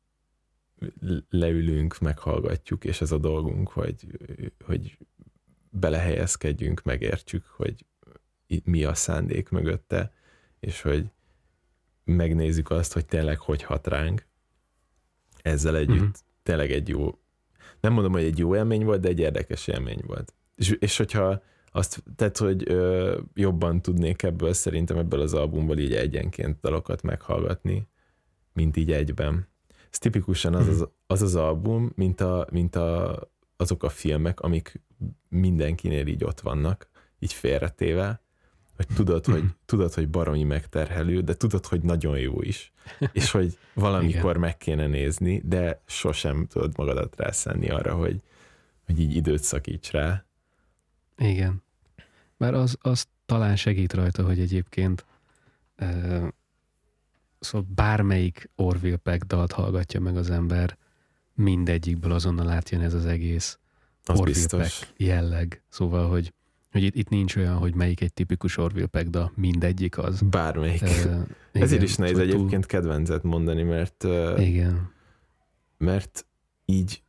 leülünk, meghallgatjuk, és ez a dolgunk, hogy, hogy belehelyezkedjünk, megértsük, hogy mi a szándék mögötte, és hogy megnézzük azt, hogy tényleg hogy hat ránk. Ezzel együtt uh-huh. tényleg egy jó, nem mondom, hogy egy jó élmény volt, de egy érdekes élmény volt. És, és hogyha azt, tehát, hogy ö, jobban tudnék ebből szerintem ebből az albumból így egyenként dalokat meghallgatni, mint így egyben. Ez tipikusan az az, az, az album, mint, a, mint a, azok a filmek, amik mindenkinél így ott vannak, így félretéve, hogy tudod, hogy, tudod, hogy baromi megterhelő, de tudod, hogy nagyon jó is, és hogy valamikor Igen. meg kéne nézni, de sosem tudod magadat rászánni arra, hogy, hogy így időt szakíts rá. Igen. Bár az, az talán segít rajta, hogy egyébként uh, szóval bármelyik Orville Peck dalt hallgatja meg az ember, mindegyikből azonnal átjön ez az egész az Orville biztos. Peck jelleg. Szóval, hogy, hogy itt, itt nincs olyan, hogy melyik egy tipikus Orville Peck dal, mindegyik az. Bármelyik. Uh, igen, Ezért is nehéz szóval egyébként túl... kedvencet mondani, mert uh, igen. mert így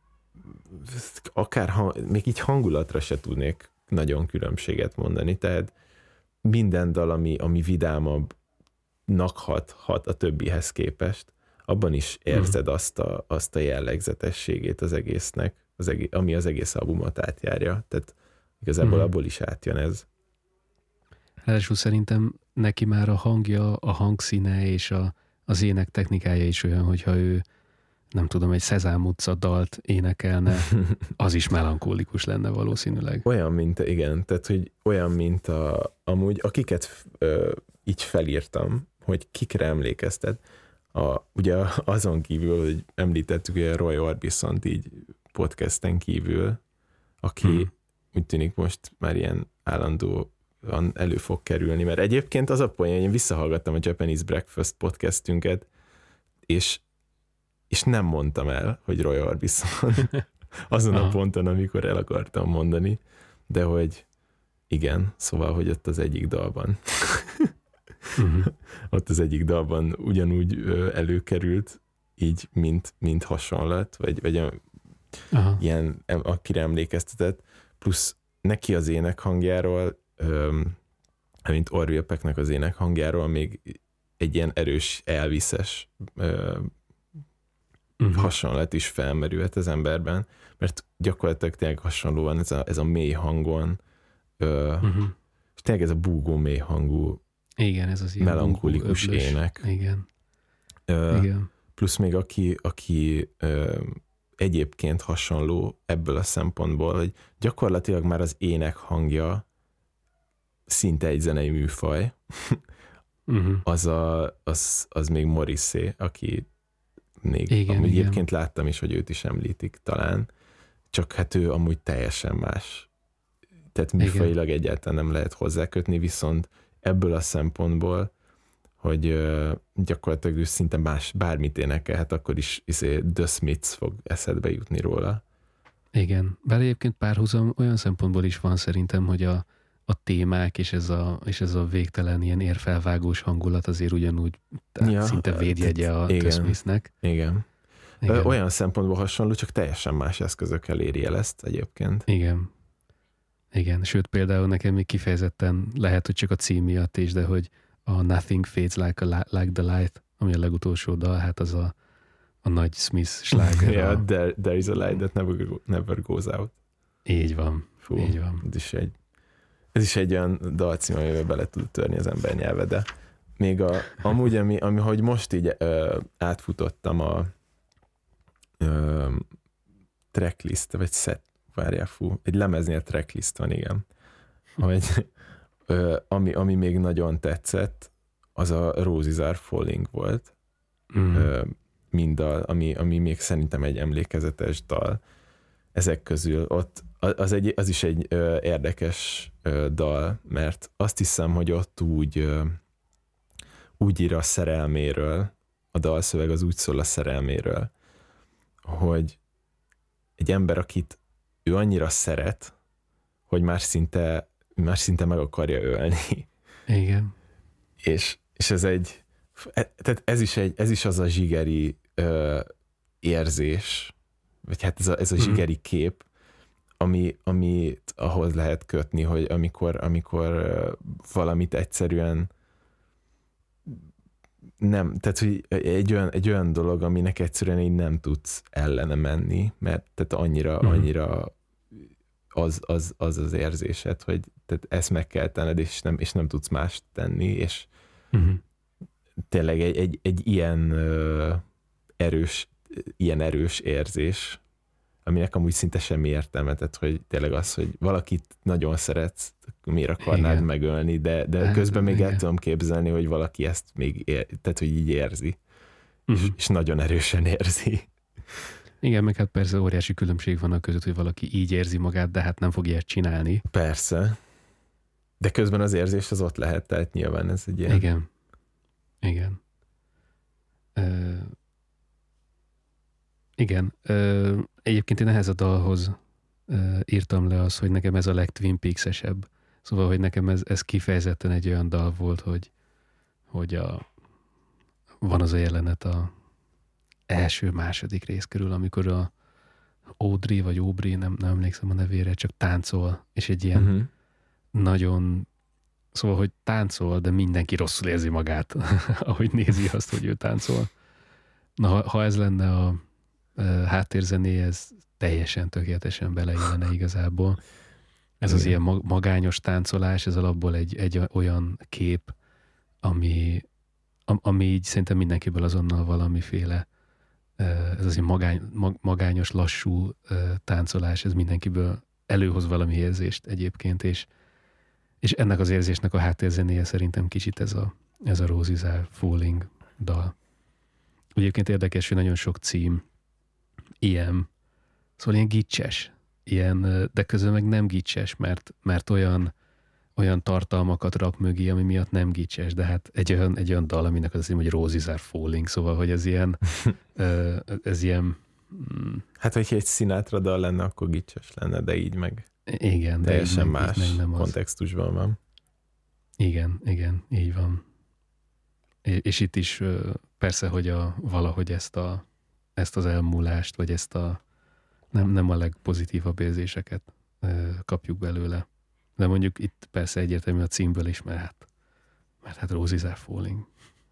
akár hang, még így hangulatra se tudnék nagyon különbséget mondani, tehát minden dal, ami, ami vidámabb hat, hat a többihez képest, abban is érzed hmm. azt, a, azt a jellegzetességét az egésznek, az egész, ami az egész albumot átjárja. Tehát igazából hmm. abból is átjön ez. Ráadásul szerintem neki már a hangja, a hangszíne és a, az ének technikája is olyan, hogyha ő nem tudom, egy Szezám utca dalt énekelne, az is melankólikus lenne valószínűleg. Olyan, mint, igen, tehát, hogy olyan, mint a, amúgy, akiket ö, így felírtam, hogy kikre emlékeztet, a, ugye azon kívül, hogy említettük, hogy a Roy Orbisont így podcasten kívül, aki hmm. úgy tűnik most már ilyen állandóan elő fog kerülni, mert egyébként az a poén, hogy én visszahallgattam a Japanese Breakfast podcastünket, és és nem mondtam el, hogy Roy Orbison azon a ponton, amikor el akartam mondani, de hogy igen, szóval, hogy ott az egyik dalban uh-huh. ott az egyik dalban ugyanúgy ö, előkerült, így, mint, mint hasonlat, vagy, vagy a, ilyen, akire emlékeztetett, plusz neki az énekhangjáról, ö, mint Orville Pecknek az énekhangjáról még egy ilyen erős Elvis-es ö, uh-huh. hasonlat is felmerülhet az emberben, mert gyakorlatilag tényleg hasonlóan ez a, ez a mély hangon, ö, uh-huh. és tényleg ez a búgó mély hangú, igen, ez az melankolikus öblös, ének. Igen. Ö, igen. Plusz még aki, aki ö, egyébként hasonló ebből a szempontból, hogy gyakorlatilag már az ének hangja szinte egy zenei műfaj, uh-huh. az, a, az, az még Morrissey, aki még igen, amúgy igen. egyébként láttam is, hogy őt is említik talán, csak hát ő amúgy teljesen más. Tehát műfajilag igen. egyáltalán nem lehet hozzákötni, viszont ebből a szempontból, hogy uh, gyakorlatilag ő szinte más, bármit énekelhet, akkor is izé, The Smiths fog eszedbe jutni róla. Igen, bár egyébként párhuzam olyan szempontból is van szerintem, hogy a, a témák és ez a, és ez a végtelen ilyen érfelvágós hangulat azért ugyanúgy ja, szinte védjegye a The Smithsnek. Igen. igen. Olyan szempontból hasonló, csak teljesen más eszközökkel éri el ezt egyébként. Igen. Igen, sőt például nekem még kifejezetten lehet, hogy csak a cím miatt is, de hogy a Nothing Fades Like, a, like the Light, ami a legutolsó dal, hát az a, a nagy Smith sláger. yeah, a... there, there is a light that never, never goes out. Így van, Fú, így van. Ez is egy, ez is egy olyan dalcím, amivel bele tud törni az ember nyelve, de még a, amúgy, ami, ami, hogy most így ö, átfutottam a ö, tracklist, vagy set, várjál, fú, egy lemeznél tracklist van, igen. Hogy, ö, ami, ami még nagyon tetszett, az a Roses Are Falling volt. Mm. Ö, mind dal, ami, ami még szerintem egy emlékezetes dal. Ezek közül ott az, egy, az is egy ö, érdekes ö, dal, mert azt hiszem, hogy ott úgy ö, úgy ír a szerelméről, a dalszöveg az úgy szól a szerelméről, hogy egy ember, akit ő annyira szeret, hogy már szinte, már szinte meg akarja ölni. Igen. És, és ez egy, tehát ez is, egy, ez is az a zsigeri ö, érzés, vagy hát ez a, ez a zsigeri mm. kép, ami, amit ahhoz lehet kötni, hogy amikor, amikor valamit egyszerűen nem, tehát hogy egy olyan, egy olyan dolog, aminek egyszerűen így nem tudsz ellene menni, mert tehát annyira, mm. annyira az, az, az az érzésed, hogy tehát ezt meg kell tenned, és nem, és nem tudsz mást tenni, és mm. tényleg egy, egy, egy ilyen ö, erős, ilyen erős érzés, aminek amúgy szinte semmi értelme, tehát hogy tényleg az, hogy valakit nagyon szeretsz, miért akarnád igen. megölni, de, de közben még igen. el tudom képzelni, hogy valaki ezt még ér, tehát hogy így érzi, uh-huh. és, és nagyon erősen érzi. Igen, meg hát persze óriási különbség van a között, hogy valaki így érzi magát, de hát nem fog ilyet csinálni. Persze. De közben az érzés az ott lehet, tehát nyilván ez egy ilyen... Igen. Igen. Uh... Igen. Ö, egyébként én ehhez a dalhoz ö, írtam le azt, hogy nekem ez a legTwin Peaks-esebb. Szóval, hogy nekem ez, ez kifejezetten egy olyan dal volt, hogy, hogy a, van az a jelenet a első-második rész körül, amikor a Audrey vagy Aubrey, nem, nem emlékszem a nevére, csak táncol, és egy ilyen uh-huh. nagyon, szóval, hogy táncol, de mindenki rosszul érzi magát, ahogy nézi azt, hogy ő táncol. Na, ha, ha ez lenne a háttérzené, ez teljesen tökéletesen beleillene igazából. Ez az ilyen magányos táncolás, ez alapból egy, egy olyan kép, ami, ami így szerintem mindenkiből azonnal valamiféle, ez az ilyen magány, magányos, lassú táncolás, ez mindenkiből előhoz valami érzést egyébként, és, és ennek az érzésnek a háttérzenéje szerintem kicsit ez a, ez a Roses Are Falling dal. Egyébként érdekes, hogy nagyon sok cím ilyen, szóval ilyen gicses, ilyen, de közben meg nem gicses, mert, mert olyan, olyan tartalmakat rak mögé, ami miatt nem gicses, de hát egy olyan, egy olyan dal, aminek az, hogy Roses Are Falling, szóval, hogy ez ilyen, ez ilyen... Hát, hogyha egy Sinatra dal lenne, akkor gicses lenne, de így meg. Igen, de teljesen így meg, más így meg nem az. kontextusban van. Igen, igen, így van. És itt is persze, hogy a, valahogy ezt, a, ezt az elmúlást, vagy ezt a nem, nem a legpozitívabb érzéseket kapjuk belőle. De mondjuk itt persze egyértelmű a címből is, mert hát, mert hát Roses are falling.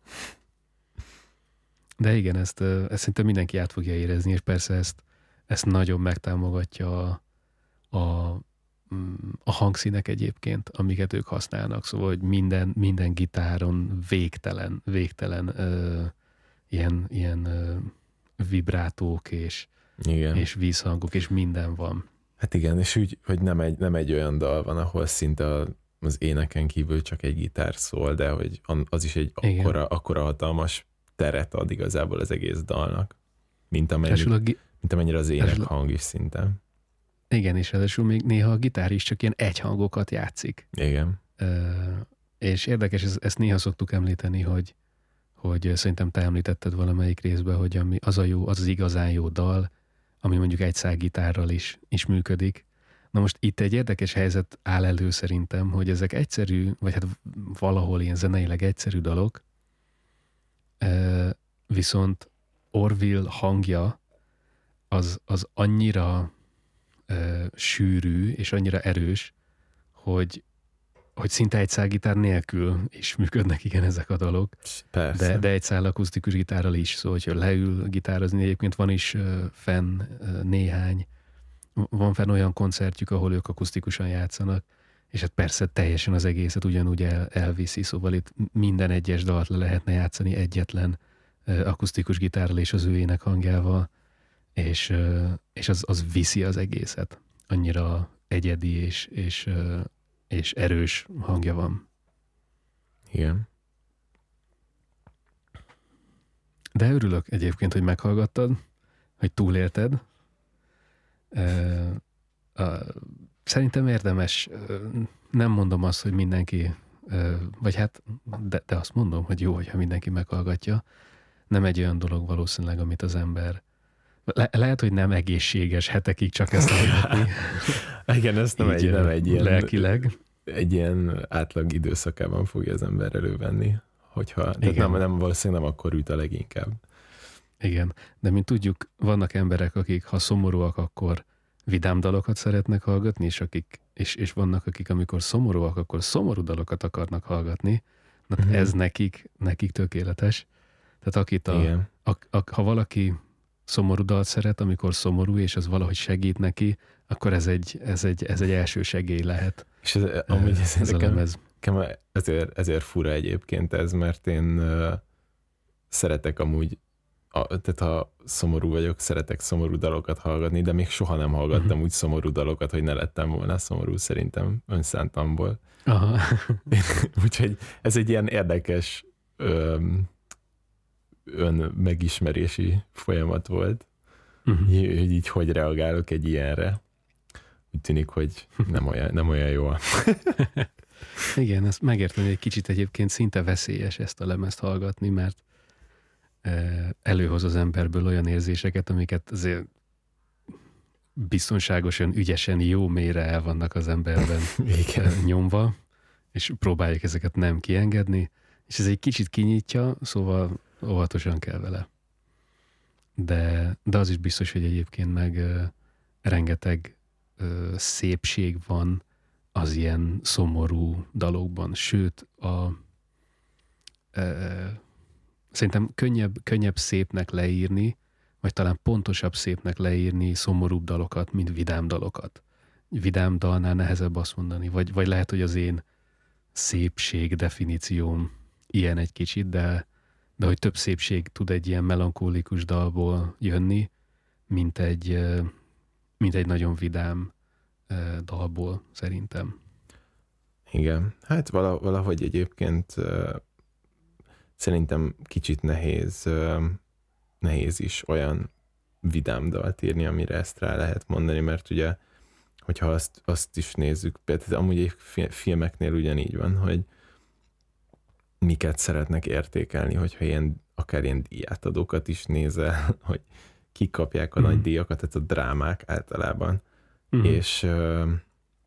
De igen, ezt, ezt szinte mindenki át fogja érezni, és persze ezt, ezt nagyon megtámogatja a, a, a hangszínek egyébként, amiket ők használnak. Szóval, hogy minden, minden gitáron végtelen, végtelen ö, ilyen, ilyen ö, vibrátók és, igen. és vízhangok, és minden van. Hát igen, és úgy, hogy nem egy, nem egy olyan dal van, ahol szinte az éneken kívül csak egy gitár szól, de hogy az is egy akkora, akkora hatalmas teret ad igazából az egész dalnak, mint, amennyi, a, mint amennyire az ének hang is szinte. Igen, és ráadásul még néha a gitár is csak ilyen egyhangokat játszik. Igen. Uh, és érdekes, ezt néha szoktuk említeni, hogy, hogy szerintem te említetted valamelyik részben, hogy ami az, a jó, az az igazán jó dal, ami mondjuk egy szál gitárral is, is működik. Na most itt egy érdekes helyzet áll elő szerintem, hogy ezek egyszerű, vagy hát valahol ilyen zeneileg egyszerű dalok, uh, viszont Orville hangja az, az annyira uh, sűrű és annyira erős, hogy, hogy szinte egy szál gitár nélkül is működnek igen ezek a dalok. Persze. De, de egy szál akusztikus gitárral is, szóval hogyha leül gitározni, egyébként van is uh, fenn uh, néhány, van fenn olyan koncertjük, ahol ők akusztikusan játszanak, és hát persze teljesen az egészet ugyanúgy el, elviszi, szóval itt minden egyes dalt le lehetne játszani egyetlen uh, akusztikus gitárral és az ő ének hangjával, és, uh, és az, az viszi az egészet. Annyira egyedi és, és, uh, és erős hangja van. Igen. De örülök egyébként, hogy meghallgattad, hogy túlélted. Uh, uh, szerintem érdemes, uh, nem mondom azt, hogy mindenki, uh, vagy hát, de, de azt mondom, hogy jó, hogyha mindenki meghallgatja. Nem egy olyan dolog valószínűleg, amit az ember Le- lehet, hogy nem egészséges hetekig csak ezt hallgatni. Igen, ez nem, egy, nem egy ilyen lelkileg. Egy ilyen átlag időszakában fogja az ember elővenni, hogyha, tehát nem, nem, valószínűleg nem akkor üt a leginkább. Igen, de mint tudjuk, vannak emberek, akik ha szomorúak, akkor vidám dalokat szeretnek hallgatni, és, akik, és, és vannak, akik amikor szomorúak, akkor szomorú dalokat akarnak hallgatni. Na, uh-huh. Ez nekik, nekik tökéletes. Tehát akit a, a, a, ha valaki szomorú dalt szeret, amikor szomorú, és az valahogy segít neki, akkor ez egy, ez egy, ez egy első segély lehet. És ez, amúgy ez, ez nekem, nekem ezért, ezért fura egyébként ez, mert én uh, szeretek amúgy, a, tehát ha szomorú vagyok, szeretek szomorú dalokat hallgatni, de még soha nem hallgattam uh-huh. úgy szomorú dalokat, hogy ne lettem volna szomorú, szerintem önszántamból. Aha. Úgyhogy ez egy ilyen érdekes um, ön megismerési folyamat volt, uh-huh. hogy így hogy reagálok egy ilyenre. Úgy tűnik, hogy nem olyan, nem olyan jó. Igen, ezt megértem, hogy egy kicsit egyébként szinte veszélyes ezt a lemezt hallgatni, mert előhoz az emberből olyan érzéseket, amiket azért biztonságosan, ügyesen, jó mélyre el vannak az emberben Igen. nyomva, és próbáljuk ezeket nem kiengedni, és ez egy kicsit kinyitja, szóval óvatosan kell vele. De, de az is biztos, hogy egyébként meg uh, rengeteg uh, szépség van az ilyen szomorú dalokban. Sőt, a, uh, szerintem könnyebb, könnyebb szépnek leírni, vagy talán pontosabb szépnek leírni szomorúbb dalokat, mint vidám dalokat. Vidám dalnál nehezebb azt mondani, vagy, vagy lehet, hogy az én szépség definícióm ilyen egy kicsit, de de hogy több szépség tud egy ilyen melankólikus dalból jönni, mint egy, mint egy nagyon vidám dalból, szerintem. Igen, hát valahogy egyébként szerintem kicsit nehéz, nehéz is olyan vidám dalt írni, amire ezt rá lehet mondani, mert ugye, hogyha azt, azt is nézzük, például amúgy egy filmeknél ugyanígy van, hogy miket szeretnek értékelni, hogyha ilyen, akár ilyen díjátadókat is nézel, hogy kik kapják a mm. nagy díjakat, tehát a drámák általában. Mm. És,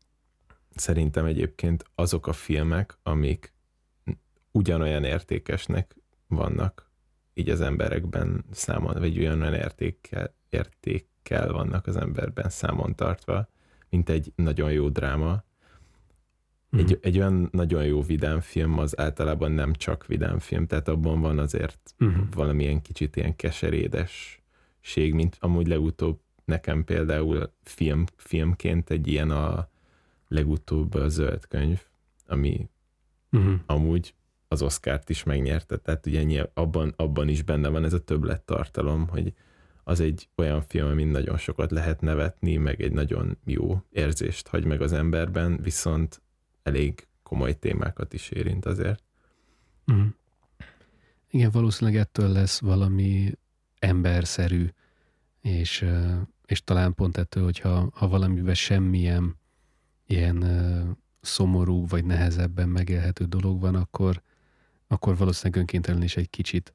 szerintem egyébként azok a filmek, amik ugyanolyan értékesnek vannak így az emberekben számon, vagy ugyanolyan értékkel, értékkel vannak az emberben számon tartva, mint egy nagyon jó dráma. Egy, egy olyan nagyon jó vidám film az általában nem csak vidám film, tehát abban van azért uh-huh. valamilyen kicsit ilyen keserédesség, mint amúgy legutóbb nekem például film, filmként egy ilyen a legutóbb a Zöld könyv, ami uh-huh. amúgy az Oscart is megnyerte, tehát ugye abban, abban is benne van ez a többlettartalom, hogy az egy olyan film, amin nagyon sokat lehet nevetni, meg egy nagyon jó érzést hagy meg az emberben, viszont elég komoly témákat is érint azért. Uh-huh. Igen, valószínűleg ettől lesz valami emberszerű, és, és talán pont ettől, hogyha ha valamiben semmilyen ilyen szomorú vagy nehezebben megélhető dolog van, akkor, akkor valószínűleg önkéntelenül is egy kicsit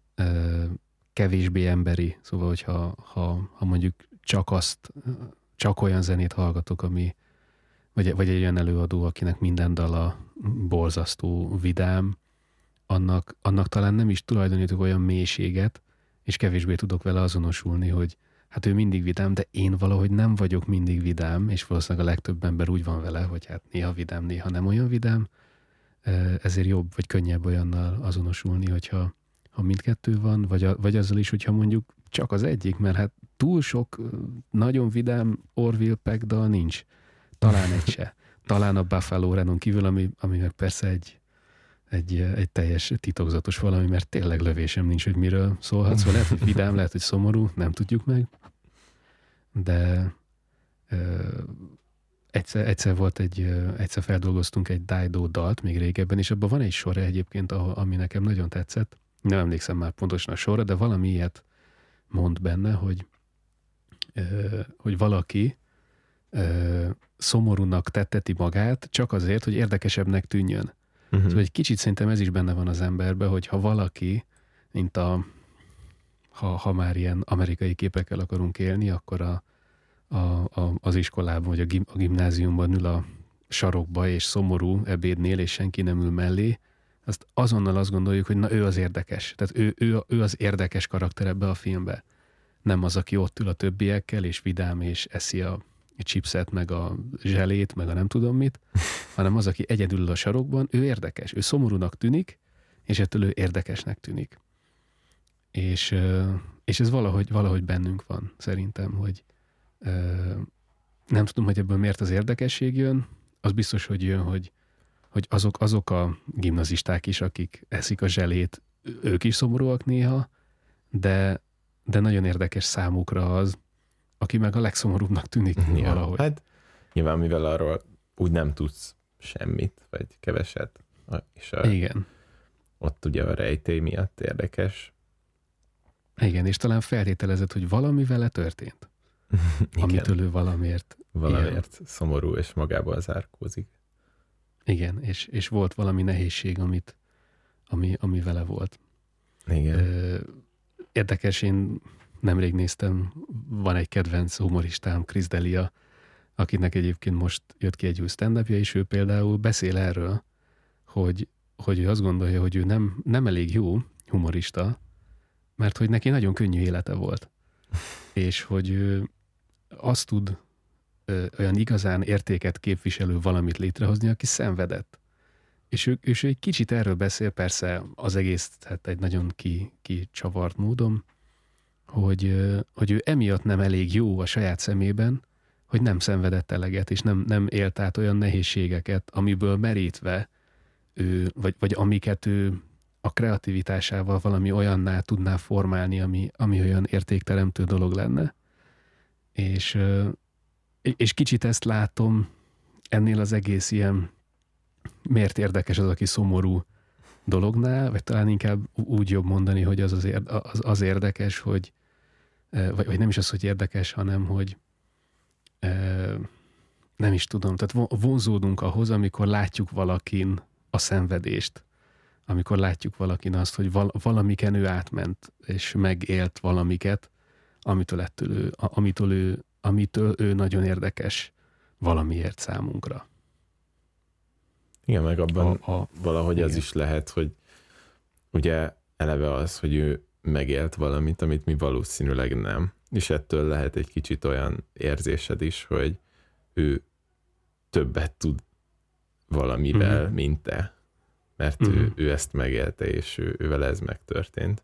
kevésbé emberi. Szóval, hogyha ha, ha mondjuk csak azt, csak olyan zenét hallgatok, ami Vagy, vagy egy olyan előadó, akinek minden dala borzasztó, vidám, annak, annak talán nem is tulajdonítok olyan mélységet, és kevésbé tudok vele azonosulni, hogy hát ő mindig vidám, de én valahogy nem vagyok mindig vidám, és valószínűleg a legtöbb ember úgy van vele, hogy hát néha vidám, néha nem olyan vidám, ezért jobb, vagy könnyebb olyannal azonosulni, hogyha ha mindkettő van, vagy, a, vagy azzal is, hogyha mondjuk csak az egyik, mert hát túl sok nagyon vidám Orville Peck dal nincs. Talán egy se. Talán a Buffalo Renon kívül, ami, ami meg persze egy, egy, egy teljes titokzatos valami, mert tényleg lövésem nincs, hogy miről szólhatsz. Szóval lehet, hogy vidám, lehet, hogy szomorú, nem tudjuk meg. De ö, egyszer, egyszer volt egy, egyszer feldolgoztunk egy Dido dalt, még régebben, és abban van egy sor egyébként, ami nekem nagyon tetszett. Nem emlékszem már pontosan a sorra, de valami ilyet mond benne, hogy, ö, hogy valaki ö, szomorúnak tetteti magát, csak azért, hogy érdekesebbnek tűnjön. Uh-huh. Szóval egy kicsit szerintem ez is benne van az emberben, hogy ha valaki, mint a ha, ha már ilyen amerikai képekkel akarunk élni, akkor a, a, a, az iskolában, vagy a, gim, a gimnáziumban ül a sarokba, és szomorú ebédnél, és senki nem ül mellé, azt azonnal azt gondoljuk, hogy na ő az érdekes. Tehát ő, ő, ő az érdekes karakter ebbe a filmbe. Nem az, aki ott ül a többiekkel, és vidám, és eszi a chipset, meg a zselét, meg a nem tudom mit, hanem az, aki egyedül a sarokban, ő érdekes. Ő szomorúnak tűnik, és ettől ő érdekesnek tűnik. És, és ez valahogy, valahogy bennünk van, szerintem, hogy nem tudom, hogy ebből miért az érdekesség jön, az biztos, hogy jön, hogy, hogy azok, azok a gimnazisták is, akik eszik a zselét, ők is szomorúak néha, de, de nagyon érdekes számukra az, aki meg a legszomorúbbnak tűnik ja, valahogy. Hát nyilván, mivel arról úgy nem tudsz semmit, vagy keveset. És a, igen. Ott ugye a rejtély miatt érdekes. Igen, és talán feltételezed, hogy valami vele történt. Amitől ő valamiért. Valamiért ilyen. Szomorú és magába zárkózik. Igen, és, és volt valami nehézség, amit, ami, ami vele volt. Igen. Érdekes, én nemrég néztem, van egy kedvenc humoristám, Chris D'Elia, akinek egyébként most jött ki egy új stand-upja, és ő például beszél erről, hogy, hogy ő azt gondolja, hogy ő nem, nem elég jó humorista, mert hogy neki nagyon könnyű élete volt. És hogy ő azt tud ö, olyan igazán értéket képviselő valamit létrehozni, aki szenvedett. És ő, és ő egy kicsit erről beszél, persze az egész hát egy nagyon ki, kicsavart módon, hogy, hogy ő emiatt nem elég jó a saját szemében, hogy nem szenvedett eleget, és nem, nem élt át olyan nehézségeket, amiből merítve ő, vagy, vagy amiket ő a kreativitásával valami olyanná tudná formálni, ami, ami olyan értékteremtő dolog lenne. És, és kicsit ezt látom ennél az egész ilyen miért érdekes az, aki szomorú dolognál, vagy talán inkább úgy jobb mondani, hogy az az, érde, az, az érdekes, hogy vagy, vagy nem is az, hogy érdekes, hanem hogy nem is tudom, tehát vonzódunk ahhoz, amikor látjuk valakin a szenvedést, amikor látjuk valakin azt, hogy val- valamiken ő átment, és megélt valamiket, amitől, ettől ő, amitől, ő, amitől ő nagyon érdekes valamiért számunkra. Igen, meg abban A, a, valahogy igen. az is lehet, hogy ugye eleve az, hogy ő megélt valamit, amit mi valószínűleg nem. És ettől lehet egy kicsit olyan érzésed is, hogy ő többet tud valamivel, uh-huh. mint te. Mert uh-huh. ő, ő ezt megélte, és ő, ővel ez megtörtént.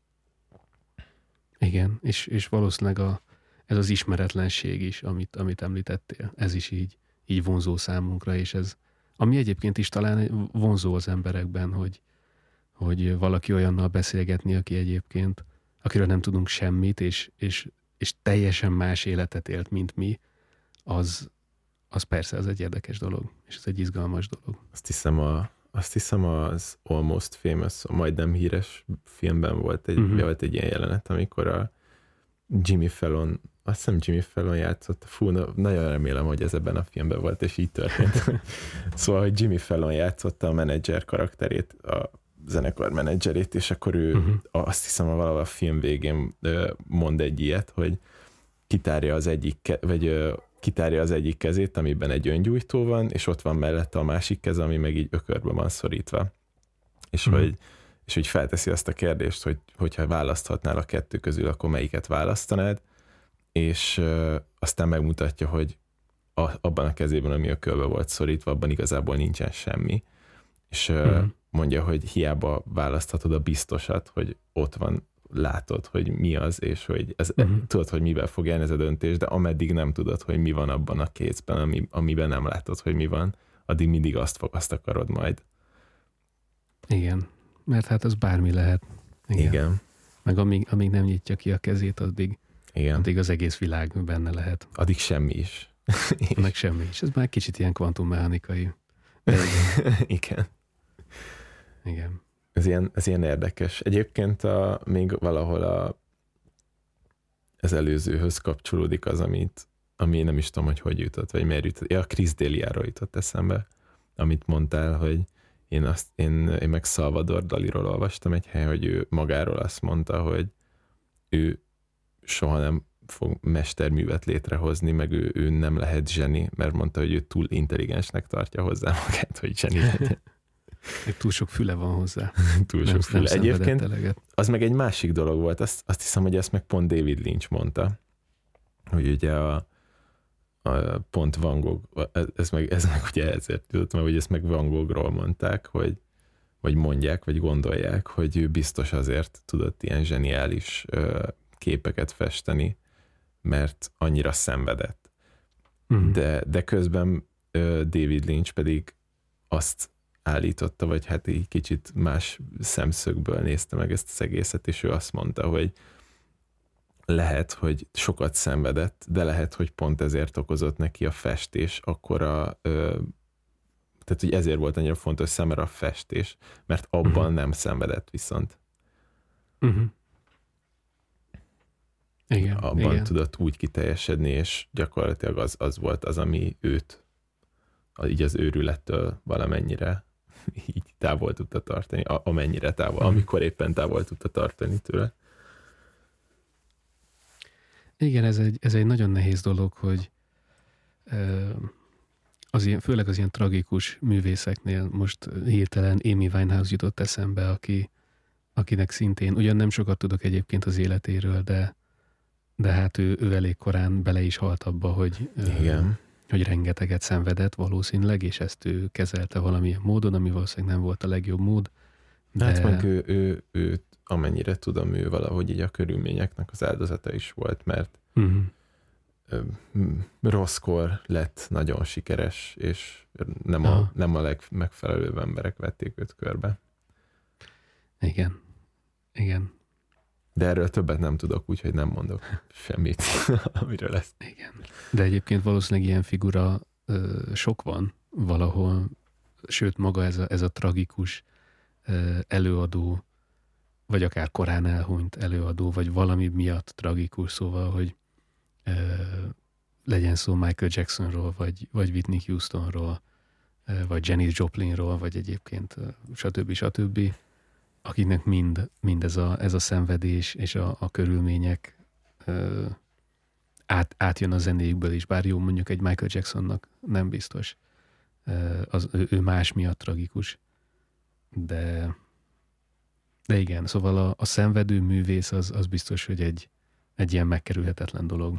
Igen, és, és valószínűleg a, ez az ismeretlenség is, amit, amit említettél, ez is így, így vonzó számunkra, és ez, ami egyébként is talán vonzó az emberekben, hogy, hogy valaki olyannal beszélgetni, aki egyébként, akiről nem tudunk semmit, és, és, és teljesen más életet élt, mint mi, az, az persze az egy érdekes dolog, és ez egy izgalmas dolog. Azt hiszem, a, azt hiszem az Almost Famous, a majdnem híres filmben volt egy, uh-huh. volt egy ilyen jelenet, amikor a Jimmy Fallon, azt hiszem Jimmy Fallon játszott, fú, na, nagyon remélem, hogy ez ebben a filmben volt, és így történt. Szóval, hogy Jimmy Fallon játszotta a menedzser karakterét, a zenekar menedzserét, és akkor ő uh-huh. azt hiszem, hogy valahol a film végén mond egy ilyet, hogy kitárja az egyik, ke- vagy kitárja az egyik kezét, amiben egy öngyújtó van, és ott van mellette a másik keze, ami meg így ökörbe van szorítva. És, uh-huh. hogy, és hogy felteszi azt a kérdést, hogy hogyha választhatnál a kettő közül, akkor melyiket választanád, és uh, aztán megmutatja, hogy a, abban a kezében, ami ökörbe volt szorítva, abban igazából nincsen semmi. És uh, uh-huh. mondja, hogy hiába választhatod a biztosat, hogy ott van, látod, hogy mi az, és hogy ez, uh-huh. tudod, hogy mivel fog járni ez a döntés, de ameddig nem tudod, hogy mi van abban a kézben, ami, amiben nem látod, hogy mi van, addig mindig azt fog, azt akarod majd. Igen, mert hát az bármi lehet. Igen. Igen. Meg amíg, amíg nem nyitja ki a kezét, addig, Igen. addig az egész világ benne lehet. Addig semmi is. Meg semmi is. Ez már kicsit ilyen kvantummechanikai. Igen. Igen. Ez ilyen, ez ilyen érdekes. Egyébként a, még valahol a, az előzőhöz kapcsolódik az, amit, ami nem is tudom, hogy hogy jutott, vagy miért jutott. Ja, a Chris D'Eliáról jutott eszembe, amit mondtál, hogy én, azt, én, én meg Salvador Daliról olvastam egy hely, hogy ő magáról azt mondta, hogy ő soha nem fog mesterművet létrehozni, meg ő, ő nem lehet zseni, mert mondta, hogy ő túl intelligensnek tartja hozzá magát, hogy zseni legyen. Túl sok füle van hozzá. Túl sok füle. Egyébként az meg egy másik dolog volt. Azt, azt hiszem, hogy ezt meg pont David Lynch mondta, hogy ugye a, a pont Van Gogh, ez meg, ez meg ugye ezért tudtam, hogy ezt meg Van Goghról mondták, hogy, vagy mondják, vagy gondolják, hogy ő biztos azért tudott ilyen zseniális ö, képeket festeni, mert annyira szenvedett. Uh-huh. De, de közben ö, David Lynch pedig azt állította, vagy hát egy kicsit más szemszögből nézte meg ezt az egészet, és ő azt mondta, hogy lehet, hogy sokat szenvedett, de lehet, hogy pont ezért okozott neki a festés akkora, ö, tehát hogy ezért volt annyira fontos számára a festés, mert abban uh-huh. nem szenvedett viszont. Uh-huh. Igen, abban igen. tudott úgy kiteljesedni, és gyakorlatilag az, az volt az, ami őt így az őrülettől valamennyire így távol tudta tartani, amennyire távol, uh-huh. amikor éppen távol tudta tartani tőle. Igen, ez egy, ez egy nagyon nehéz dolog, hogy az ilyen, főleg az ilyen tragikus művészeknél most hirtelen Amy Winehouse jutott eszembe, aki, akinek szintén, ugyan nem sokat tudok egyébként az életéről, de, de hát ő, ő elég korán bele is halt abba, hogy, igen. hogy rengeteget szenvedett valószínűleg, és ezt ő kezelte valamilyen módon, ami valószínűleg nem volt a legjobb mód. De hát meg ő, ő, ő, amennyire tudom, ő valahogy így a körülményeknek az áldozata is volt, mert uh-huh. rosszkor lett nagyon sikeres, és nem a, nem a legmegfelelőbb emberek vették őt körbe. Igen. Igen. De erről többet nem tudok, úgyhogy nem mondok semmit, amiről lesz. Igen. De egyébként valószínűleg ilyen figura ö, sok van valahol, sőt maga ez a, ez a tragikus ö, előadó, vagy akár korán elhunyt előadó, vagy valami miatt tragikus, szóval, hogy ö, legyen szó Michael Jacksonról, vagy, vagy Whitney Houstonról, ö, vagy Janis Joplinról, vagy egyébként ö, stb. stb., akiknek mind, mind ez, a, ez a szenvedés és a, a körülmények ö, át, átjön a zenéjükből is, bár jó, mondjuk egy Michael Jacksonnak nem biztos. az, ő, ő más miatt tragikus. De, de igen, szóval a, a szenvedő művész az, az biztos, hogy egy, egy ilyen megkerülhetetlen dolog.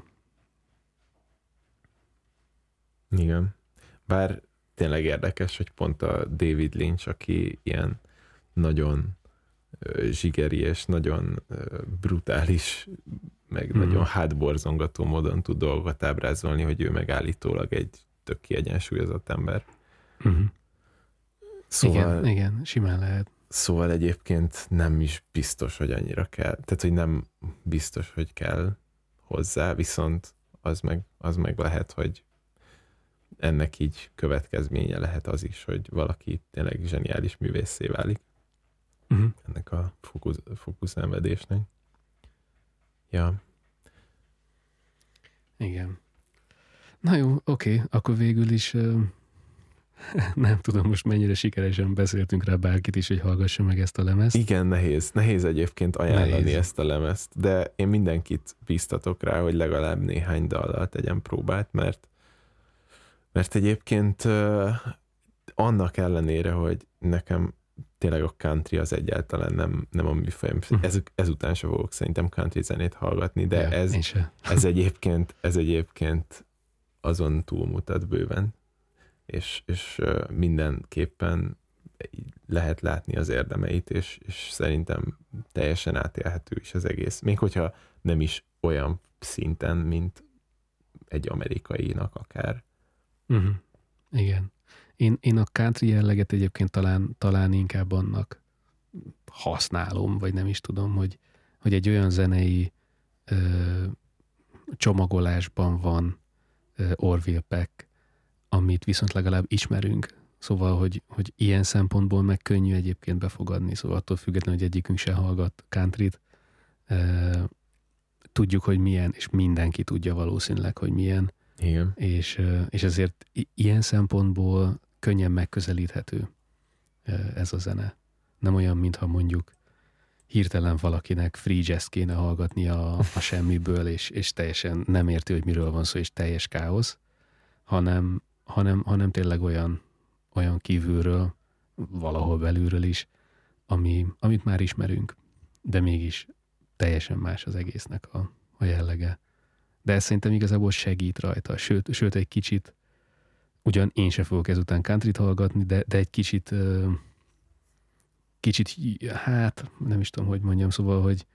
Igen. Bár tényleg érdekes, hogy pont a David Lynch, aki ilyen nagyon zsigeri és nagyon brutális, meg mm. nagyon hátborzongató módon tud dolgokat ábrázolni, hogy ő megállítólag egy tök kiegyensúlyozott ember. Mm. Szóval, igen, igen, simán lehet. Szóval egyébként nem is biztos, hogy annyira kell. Tehát, hogy nem biztos, hogy kell hozzá, viszont az meg, az meg lehet, hogy ennek így következménye lehet az is, hogy valaki tényleg zseniális művészé válik. Uh-huh. Ennek a fókusz, fókuszszenvedésnek. Ja. Igen. Na jó, oké, akkor végül is uh, nem tudom most mennyire sikeresen beszéltünk rá bárkit is, hogy hallgassa meg ezt a lemezt. Igen, nehéz. Nehéz egyébként ajánlani nehéz. Ezt a lemezt, de én mindenkit bíztatok rá, hogy legalább néhány dallal tegyen próbát, mert mert egyébként uh, annak ellenére, hogy nekem tényleg a country az egyáltalán nem, nem a műfajom. Uh-huh. Ez, ezután sem fogok szerintem country zenét hallgatni, de ja, ez, ez, egyébként, ez egyébként azon túlmutat bőven, és, és uh, mindenképpen lehet látni az érdemeit, és, és szerintem teljesen átélhető is az egész. Még hogyha nem is olyan szinten, mint egy amerikainak akár. Uh-huh. Igen. Én, én a country jelleget egyébként talán, talán inkább annak használom, vagy nem is tudom, hogy, hogy egy olyan zenei ö, csomagolásban van ö, Orville Peck, amit viszont legalább ismerünk. Szóval, hogy, hogy ilyen szempontból meg könnyű egyébként befogadni. Szóval attól függetlenül, hogy egyikünk se hallgat countryt, ö, tudjuk, hogy milyen, és mindenki tudja valószínűleg, hogy milyen. Igen. És, és ezért ilyen szempontból könnyen megközelíthető ez a zene. Nem olyan, mintha mondjuk hirtelen valakinek free jazz kéne hallgatni a, a semmiből, és, és teljesen nem érti, hogy miről van szó, és teljes káosz, hanem, hanem, hanem tényleg olyan, olyan kívülről, valahol belülről is, ami, amit már ismerünk, de mégis teljesen más az egésznek a, a jellege. De ez szerintem igazából segít rajta, sőt, sőt egy kicsit, ugyan én se fogok ezután countryt hallgatni, de, de egy kicsit, kicsit, hát nem is tudom, hogy mondjam, szóval, hogy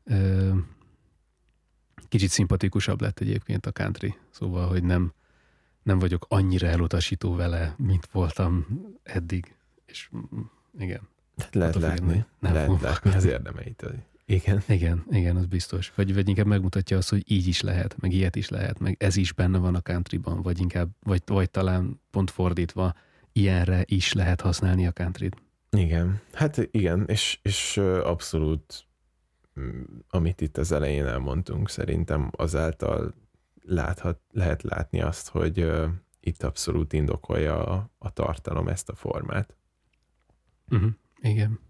kicsit szimpatikusabb lett egyébként a country, szóval, hogy nem, nem vagyok annyira elutasító vele, mint voltam eddig, és igen. Lehet látni, nem lehet látni az érdemeit. Igen. Igen, igen, az biztos. Vagy, vagy inkább megmutatja azt, hogy így is lehet, meg ilyet is lehet, meg ez is benne van a countryban, vagy inkább, vagy, vagy talán pont fordítva, ilyenre is lehet használni a countryt. Igen, hát igen, és, és abszolút, amit itt az elején elmondtunk, szerintem azáltal láthat, lehet látni azt, hogy uh, itt abszolút indokolja a, a tartalom ezt a formát. Uh-huh. Igen.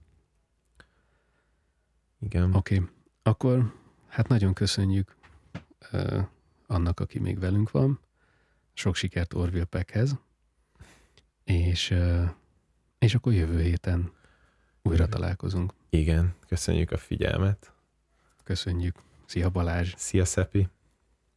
Igen. Oké, okay. Akkor hát nagyon köszönjük uh, annak, aki még velünk van. Sok sikert Orville Peckhez. És, uh, és akkor jövő héten újra találkozunk. Igen, köszönjük a figyelmet. Köszönjük. Szia Balázs. Szia Szepi.